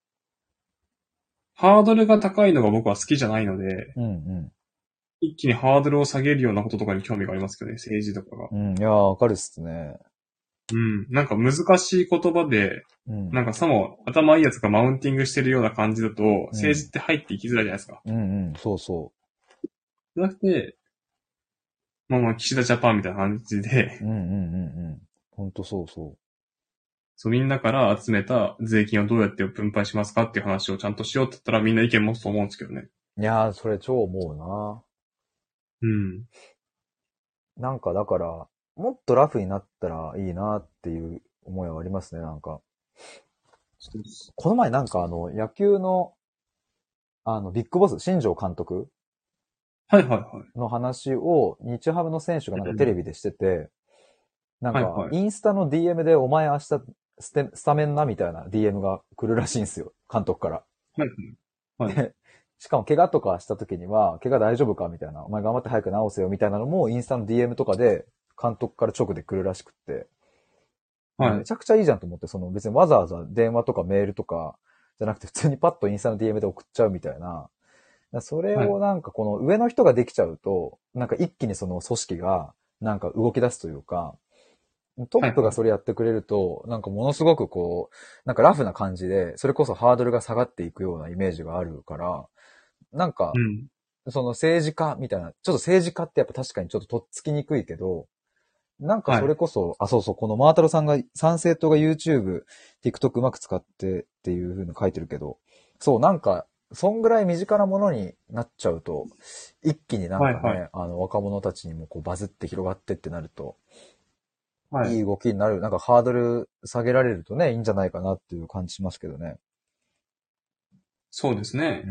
ハードルが高いのが僕は好きじゃないので、 うんう一気にハードルを下げるようなこととかに興味がありますけどね、政治とかが。 ん。うん。いやー、わかるっすね。 うん。なんか難しい言葉で、 うん。 なんかさも頭いいやつがマウンティングしてるような感じだと、 うん。 政治って入っていきづらいじゃないですか。 うんうん。そうそじゃなくて、まあまあ岸田ジャパンみたいな感じう。うで、 んうんうんうん。ほんとそうそそうみんなから集めた税金をどうやって分配しますかっていう話をちゃんとしようって言ったらみんな意見持つと思うんですけどね。 う。いやー、それ超思うな。 うん。 なんかだから、もっとラフになったらいいなっていう思いはありますね、なんか。 そうです。 この前なんかあの、野球の、あの、ビッグボス、新庄監督はいはいはい。 の話を、日ハムの選手がなんかテレビでしてて、なんか、 はいはい。 インスタの ディーエム でお前明日ステ、スタメンなみたいな ディーエム が来るらしいんですよ、監督から。 はいはい。はい。 で、しかも怪我とかした時には、怪我大丈夫かみたいな、お前頑張って早く治せよみたいなのも、インスタの ディーエム とかで、監督から直で来るらしくって、めはい。 ちゃくちゃいいじゃんと思って、その別にわざわざ電話とかメールとかじゃなくて普通にパッとインスタの ディーエム で送っちゃうみたいな。それはい。 をなんかこの上の人ができちゃうと、なんか一気にその組織がなんか動き出すというか、トッはいはい。 プがそれやってくれると、なんかものすごくこう、なんかラフな感じで、それこそハードルが下がっていくようなイメージがあるから、なんか、 うん。 その政治家みたいな、ちょっと政治家ってやっぱ確かにちょっととっつきにくいけど、なんかそれはい。 こそ、あ、そうそう、このマータロさんが参政党が YouTube、TikTok うまく使ってっていう風に書いてるけど、そう、なんか、そんぐらい身近なものになっちゃうと、一気になんはいはい。 かね、あの若者たちにもこうバズって広がってってなると、 はい。 いい動きになる、なんかハードル下げられるとね、いいんじゃないかなっていう感じしますけどね。 そうですね。 うん。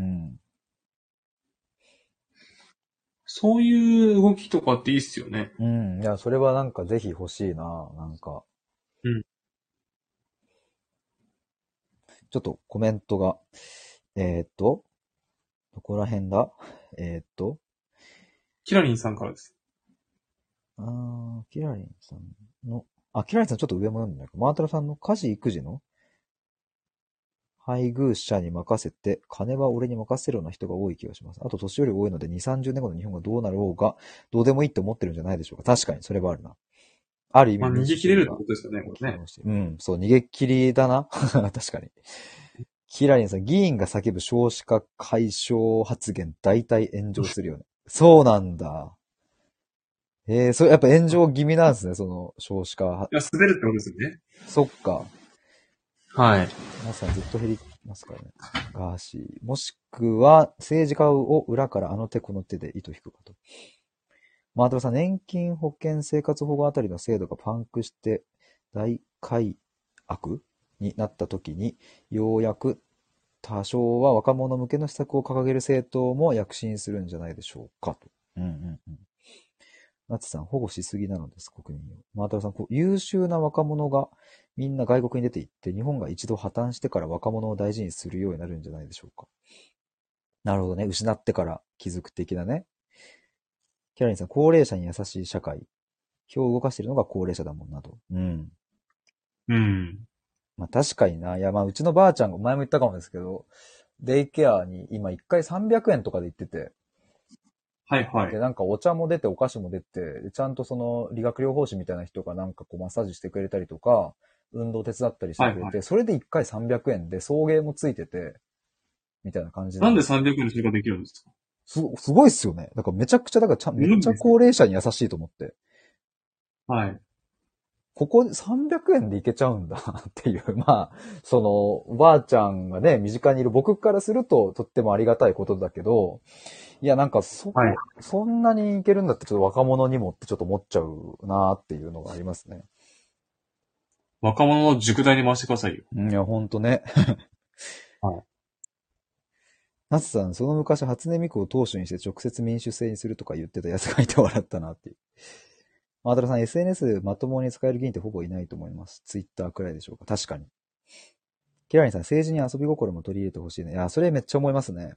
そういう動きとかっていいっすよね。 うん。いや、それはなんかぜひ欲しいな、なんか。 うん。 ちょっとコメントが、えーっと、どこら辺だえーっと、 キラリンさんからです。 あー、キラリンさんの、あ、キラリンさんちょっと上も読んでないか。マータラさんの家事育児の配偶者に任せて、金は俺に任せるような人が多い気がします。あと年寄り多いのでに、さんじゅうねんごの日本がどうなろうが、どうでもいいって思ってるんじゃないでしょうか。確かに、それはあるな。ある意味まあ、逃民主げ切れるって主義がことですよね、これね。 機能して。うん、そう、逃げ切りだな。確かに。キラリンさん、議員が叫ぶ少子化解消発言、大体炎上するよね。そうなんだ。ええー、それやっぱ炎上気味なんですね、その少子化。 いや、滑るってことですよね。 そっか。 はい。 まさにずっと減りますからね。ガーシー。もしくは、政治家を裏からあの手この手で糸引くかと。マートラさん、年金保険生活保護あたりの制度がパンクして大改悪になった時に、ようやく多少は若者向けの施策を掲げる政党も躍進するんじゃないでしょうかと。 うんうんうん。ナツさん、保護しすぎなのです、国民を。マータロさん、こう優秀な若者がみんな外国に出て行って、日本が一度破綻してから若者を大事にするようになるんじゃないでしょうか。なるほどね。失ってから気づく的なね。キャラリンさん、高齢者に優しい社会。票を動かしているのが高齢者だもんなと。うん。 うん。 まあ確かにな。いや、まあうちのばあちゃんが、前も言ったかもですけど、デイケアに今一回さんびゃくえんとかで行ってて、で、 はいはい。 なんかお茶も出てお菓子も出て、でちゃんとその理学療法士みたいな人がなんかこうマッサージしてくれたりとか、運動手伝ったりしてくれて、 はいはい。 それで一回さんびゃくえんで送迎もついてて、みたいな感じななんでんですよ。 さんびゃくえんでそれができるんですか？ す、すごいっすよね。だからめちゃくちゃ、だからちゃん、めっちゃ無理ですよ。 高齢者に優しいと思って。 はい。 ここでさんびゃくえんでいけちゃうんだっていう、まあ、その、おばあちゃんがね、身近にいる僕からするととってもありがたいことだけど、いや、なんかそはい。 こ、そんなにいけるんだってちょっと若者にもってちょっと思っちゃうなっていうのがありますね。 若者の塾代に回してくださいよ。 いや、ほんとね。 はい。 ナツさん、その昔初音ミクを党首にして直接民主制にするとか言ってたやつがいて笑ったなっていう。マータラさん、エスエヌエス まともに使える議員ってほぼいないと思います。ツイッターくらいでしょうか。確かに。キラリンさん、政治に遊び心も取り入れてほしいね。いや、それめっちゃ思いますね。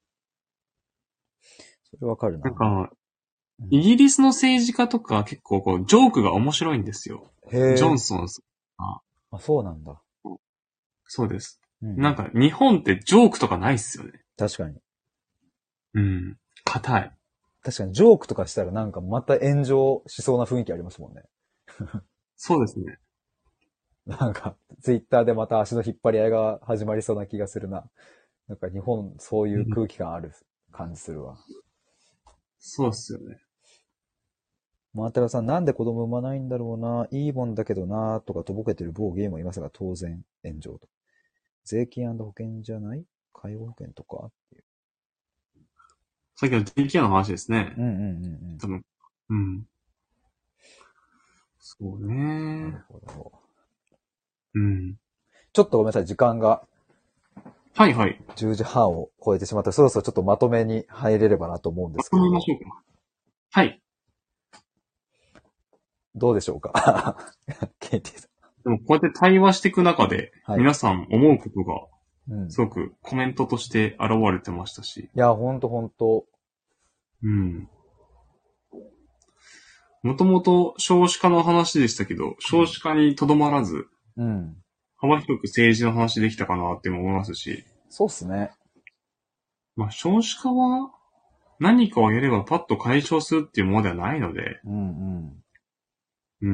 それわかるな。 なんか、 うん、 イギリスの政治家とか結構こう、ジョークが面白いんですよ。 へえ。 ジョンソンさん。あ、 あ、そうなんだ。 そうです。 うんうん、 なんか、日本ってジョークとかないっすよね。 確かに。 うん。硬い。 確かに、ジョークとかしたらなんかまた炎上しそうな雰囲気ありますもんね。 そうですね。 なんか、ツイッターでまた足の引っ張り合いが始まりそうな気がするな。なんか日本、そういううん、 空気感ある感じするわ。 そうっすよね。 マーテラさん、なんで子供産まないんだろうな、いいもんだけどな、とかとぼけてる某ゲームもいますが、当然炎上と。税金保険じゃない介護保険とかっていう。 さっきの電気屋の話ですね。 うんうんうんうん。 多分。うん。そうね。 なるほど。 うん。 ちょっとごめんなさい、時間がはいはい。 じゅうじはんを超えてしまった。そろそろちょっとまとめに入れればなと思うんでまとすけど、 めましょうか。はい。 どうでしょうかケイティさでもこうやって対話していく中で、 ん。はい。 皆さん思うことがうん。 すごくコメントとして現れてましたし。 いや、ほんとほんと。 うん。もともと少子化の話でしたけど、少子化にとどまらず、 うん。 幅広く政治の話できたかなって思いますし。 そうっすね。 まあ少子化は何かをやればパッと解消するっていうものではないので、 うんうん。 うん。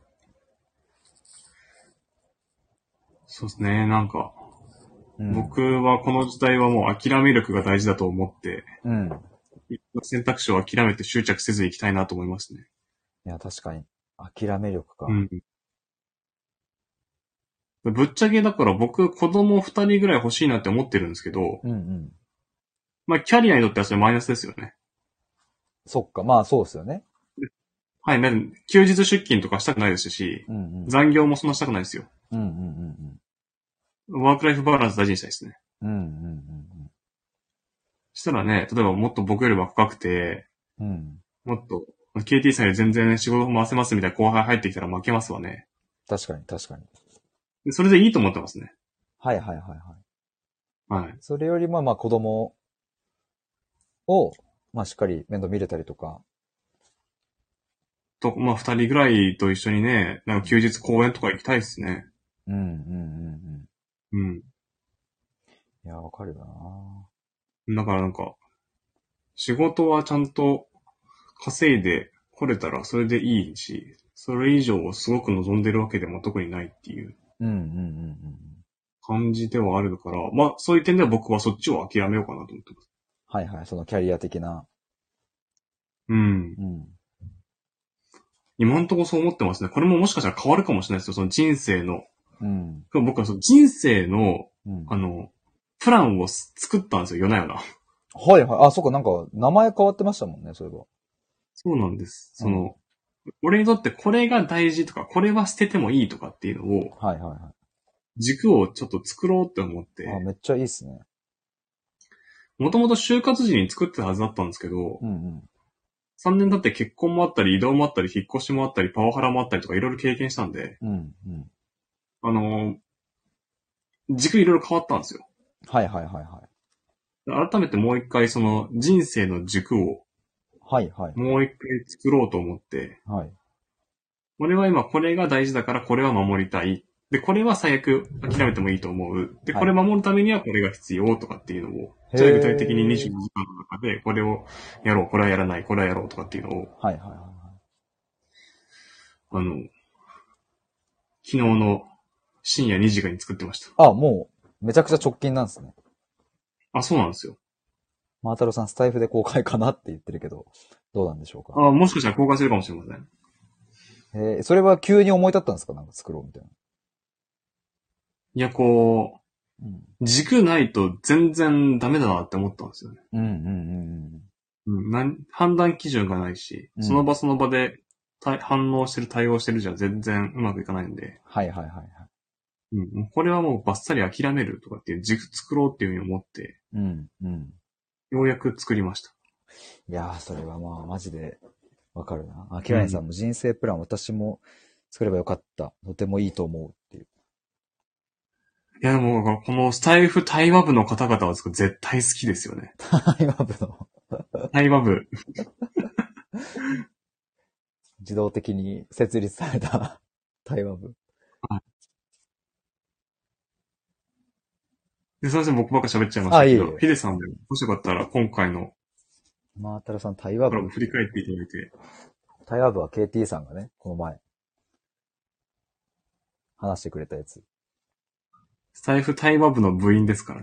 そうですね、なんか、 うん。 僕はこの時代はもう諦め力が大事だと思って、 うん。 選択肢を諦めて執着せずにいきたいなと思いますね。 いや、確かに。諦め力か。 うん。ぶっちゃけだから僕子供二人ぐらい欲しいなって思ってるんですけど、 うんうん。 まあキャリアにとってはそれマイナスですよね。 そっか、まあそうですよね。 はい、なんで休日出勤とかしたくないですし、 うんうん。 残業もそんなしたくないですよ。 うんうんうんワークライフバランス大事にしたいですね。 うん。うんうんしたらね、例えばもっと僕より若くて、 うんうん。うん。 もっと ケーティー さんより全然仕事回せますみたいな後輩入ってきたら負けますわね。 確かに確かに。 でそれでいいと思ってますね。 はいはいはいはい。 はい。 それよりもまあ子供を、まあしっかり面倒見れたりとか。 と、まあ二人ぐらいと一緒にね、なんか休日公園とか行きたいですね。 うんうんうんうん。 うん。いや、わかるよな。 だからなんか、仕事はちゃんと稼いで来れたらそれでいいし、それ以上をすごく望んでるわけでも特にないっていううんうんうんうん。 感じではあるから、まあそういう点では僕はそっちを諦めようかなと思ってます。 はいはい、そのキャリア的な。 うん。 うん。 今んとこそう思ってますね。これももしかしたら変わるかもしれないですよ。その人生の。 うん。 僕はその人生の、 うん。 あの、プランを作ったんですよ、夜な夜な。 はいはい。あ、そっか、なんか、名前変わってましたもんね、そういえば。 そうなんです。 うん。 その、俺にとってこれが大事とか、これは捨ててもいいとかっていうのを、 はいはいはい。 軸をちょっと作ろうって思っあ、 て、 めっちゃいいっすね。 もともと就活時に作ってたはずだったんですけど、 うんうん。 さんねん経って結婚もあったり、移動もあったり、引っ越しもあったり、パワハラもあったりとかいろいろ経験したんで、 うんうん。 あのー軸いろいろ変わったんですよ。 はいはいはいはい。 改めてもう一回その人生の軸をはいはい。 もう一回作ろうと思って、 はい。 俺は今これが大事だからこれは守りたい。で、これは最悪諦めてもいいと思う。で、 はいこれ守るためにはこれが必要とかっていうのを、 へーじゃあ具体的ににじゅうよじかんの中でこれをやろう、これはやらない、これはやろうとかっていうのを、 はいはいはいはい。 あの、昨日の深夜にじかに作ってました。 あ、もう、めちゃくちゃ直近なんですね。 あ、そうなんですよ。 マータロさんスタイフで公開かなって言ってるけど、どうなんでしょうか。 あ、もしかしたら公開するかもしれません。 えー、それは急に思い立ったんですか？なんか作ろうみたいな。 いや、こうん。 う、軸ないと全然ダメだなって思ったんですよね。 うんうんうんうん、なん判断基準がないし、 うん。 その場その場で対反応してる、対応してるじゃ全然うまくいかないんで、 はいはいはいはい。 うん、もうこれはもうバッサリ諦めるとかっていう軸作ろうっていうふうに思って、 うんうん。 ようやく作りました。 いやー、それはまあ、マジでわかるな。あきうんらにさんも人生プラン、私も作ればよかった。とてもいいと思うっていう。 いやでも、このスタイフ対話部の方々は絶対好きですよね。 今部の対話部。 自動的に設立された対話部。 で、すいません、僕ばっか喋っちゃいましたあ、いけど、 えいえ。 ヒデさんでもしよかったら今回のマータロさん対話部。 コラボ振り返っていただいて。 対話部は ケーティー さんがね、この前、話してくれたやつ。 スタイフ対話部の部員ですから。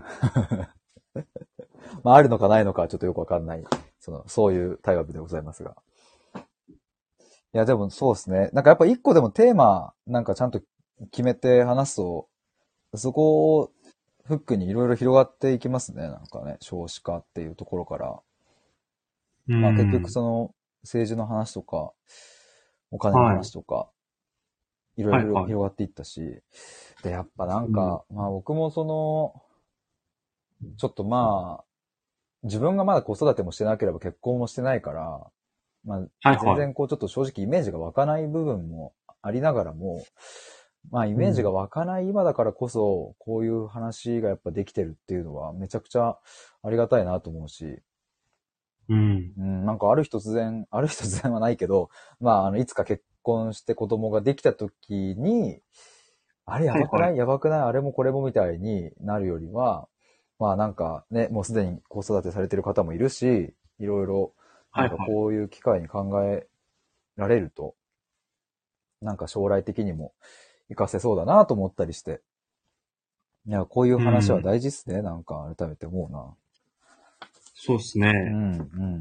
まあ、あるのかないのかはちょっとよくわかんない、その、そういう対話部でございますが。いや、でもそうですね。なんかやっぱ一個でもテーマ、なんかちゃんと決めて話すと、そこをフックにいろいろ広がっていきますね。なんかね、少子化っていうところから。まあ結局その政治の話とか、お金の話とか、いろいろ広がっていったし、で、やっぱなんか、まあ僕もその、ちょっとまあ、自分がまだ子育てもしてなければ結婚もしてないから、まあ全然こうちょっと正直イメージが湧かない部分もありながらも、まあイメージが湧かない今だからこそ、こういう話がやっぱできてるっていうのはめちゃくちゃありがたいなと思うし、 うん。 うん、なんかある日突然、ある日突然はないけど、まああの、いつか結婚して子供ができた時に、あれやばくない、はいはい、やばくないあれもこれもみたいになるよりは、まあなんかね、もうすでに子育てされてる方もいるし、いろいろ、なんかこういう機会に考えられると、なんか将来的にも活かせそうだなと思ったりして。いや、こういう話は大事っすね、うん、なんか改めて思うな。 そうですね。 うん、うん。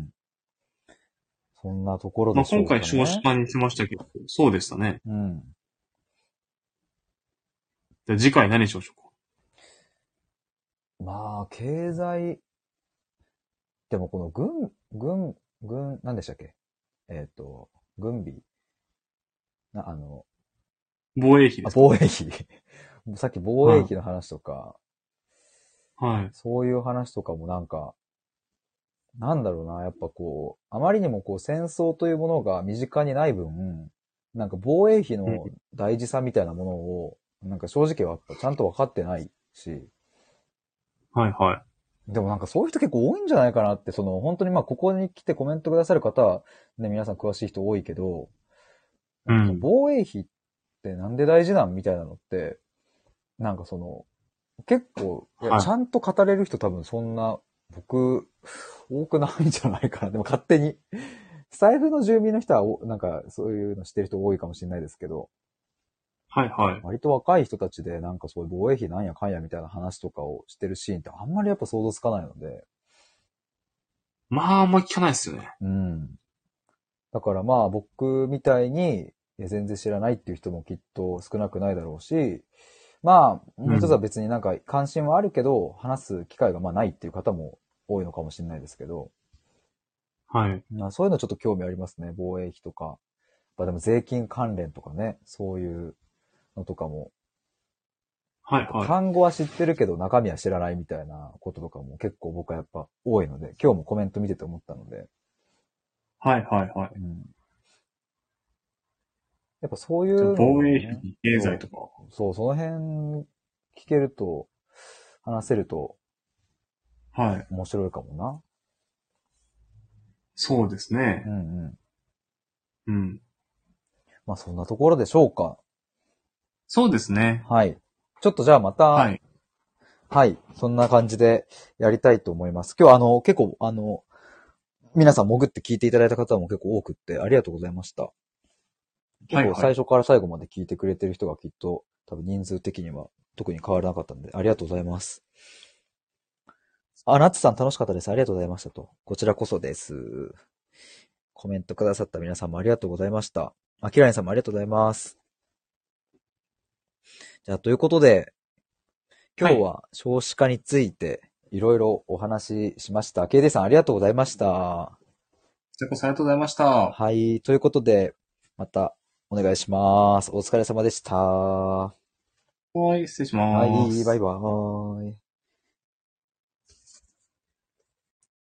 そんなところでしょうかね。 まあ今回少子化にしましたけど、そうでしたね。 うん。 じゃあ次回何しましょうか。 まあ、経済、でもこの軍、軍、軍、何でしたっけ？えっ、ー、と、軍備。な、あの、 防衛費ですか？ 防衛費。さっき防衛費の話とか、 はい。 そういう話とかもなんか、なんだろうな、やっぱこう、あまりにもこう戦争というものが身近にない分、なんか防衛費の大事さみたいなものを、なんか正直はちゃんと分かってないし。 はいはい。 でもなんかそういう人結構多いんじゃないかなって、その本当にまあここに来てコメントくださる方は、ね、皆さん詳しい人多いけど、なんか防衛費ってなんで大事なんみたいなのって、なんかその、結構、いやちゃんと語れる人多分そんな、僕、多くないんじゃないかな。でも勝手に。スタイフの住民の人は、なんかそういうの知ってる人多いかもしれないですけど。 はいはい。 割と若い人たちでなんかそういう防衛費なんやかんやみたいな話とかをしてるシーンってあんまりやっぱ想像つかないので。 まあ、あんま聞かないですよね。 うん。だからまあ僕みたいに全然知らないっていう人もきっと少なくないだろうし、まあ、もう一つは別になんか関心はあるけど、話す機会がまあないっていう方も多いのかもしれないですけど。 はい。 まあそういうのちょっと興味ありますね。防衛費とか。まあでも税金関連とかね、そういうのとかもはいはい。 単語は知ってるけど中身は知らないみたいなこととかも結構僕はやっぱ多いので、今日もコメント見てて思ったので。 はいはいはい。 うん、やっぱそういうの、ね、 防衛費、経済とか。 そう、その辺聞けると、話せると、 はい。 面白いかもな。 そうですね。 うんうん。 うん。 まあそんなところでしょうか。 そうですね。 はい。ちょっとじゃあまた、 はい。 はい。そんな感じでやりたいと思います。今日はあの、結構あの、皆さん潜って聞いていただいた方も結構多くってありがとうございました。結構最初から最後まで聞いてくれてる人がきっと多分人数的には特に変わらなかったんでありがとうございます。あ、ナッツさん楽しかったです。ありがとうございましたと。こちらこそです。コメントくださった皆さんもありがとうございました。あきらにさんもありがとうございます。じゃあということで、今日は少子化についていろいろお話ししました。ケーディー さんありがとうございました。 こちらこそありがとうございました。 はい。ということで、またお願いします。お疲れ様でした。ははい、失礼します。 い。バイバーイ。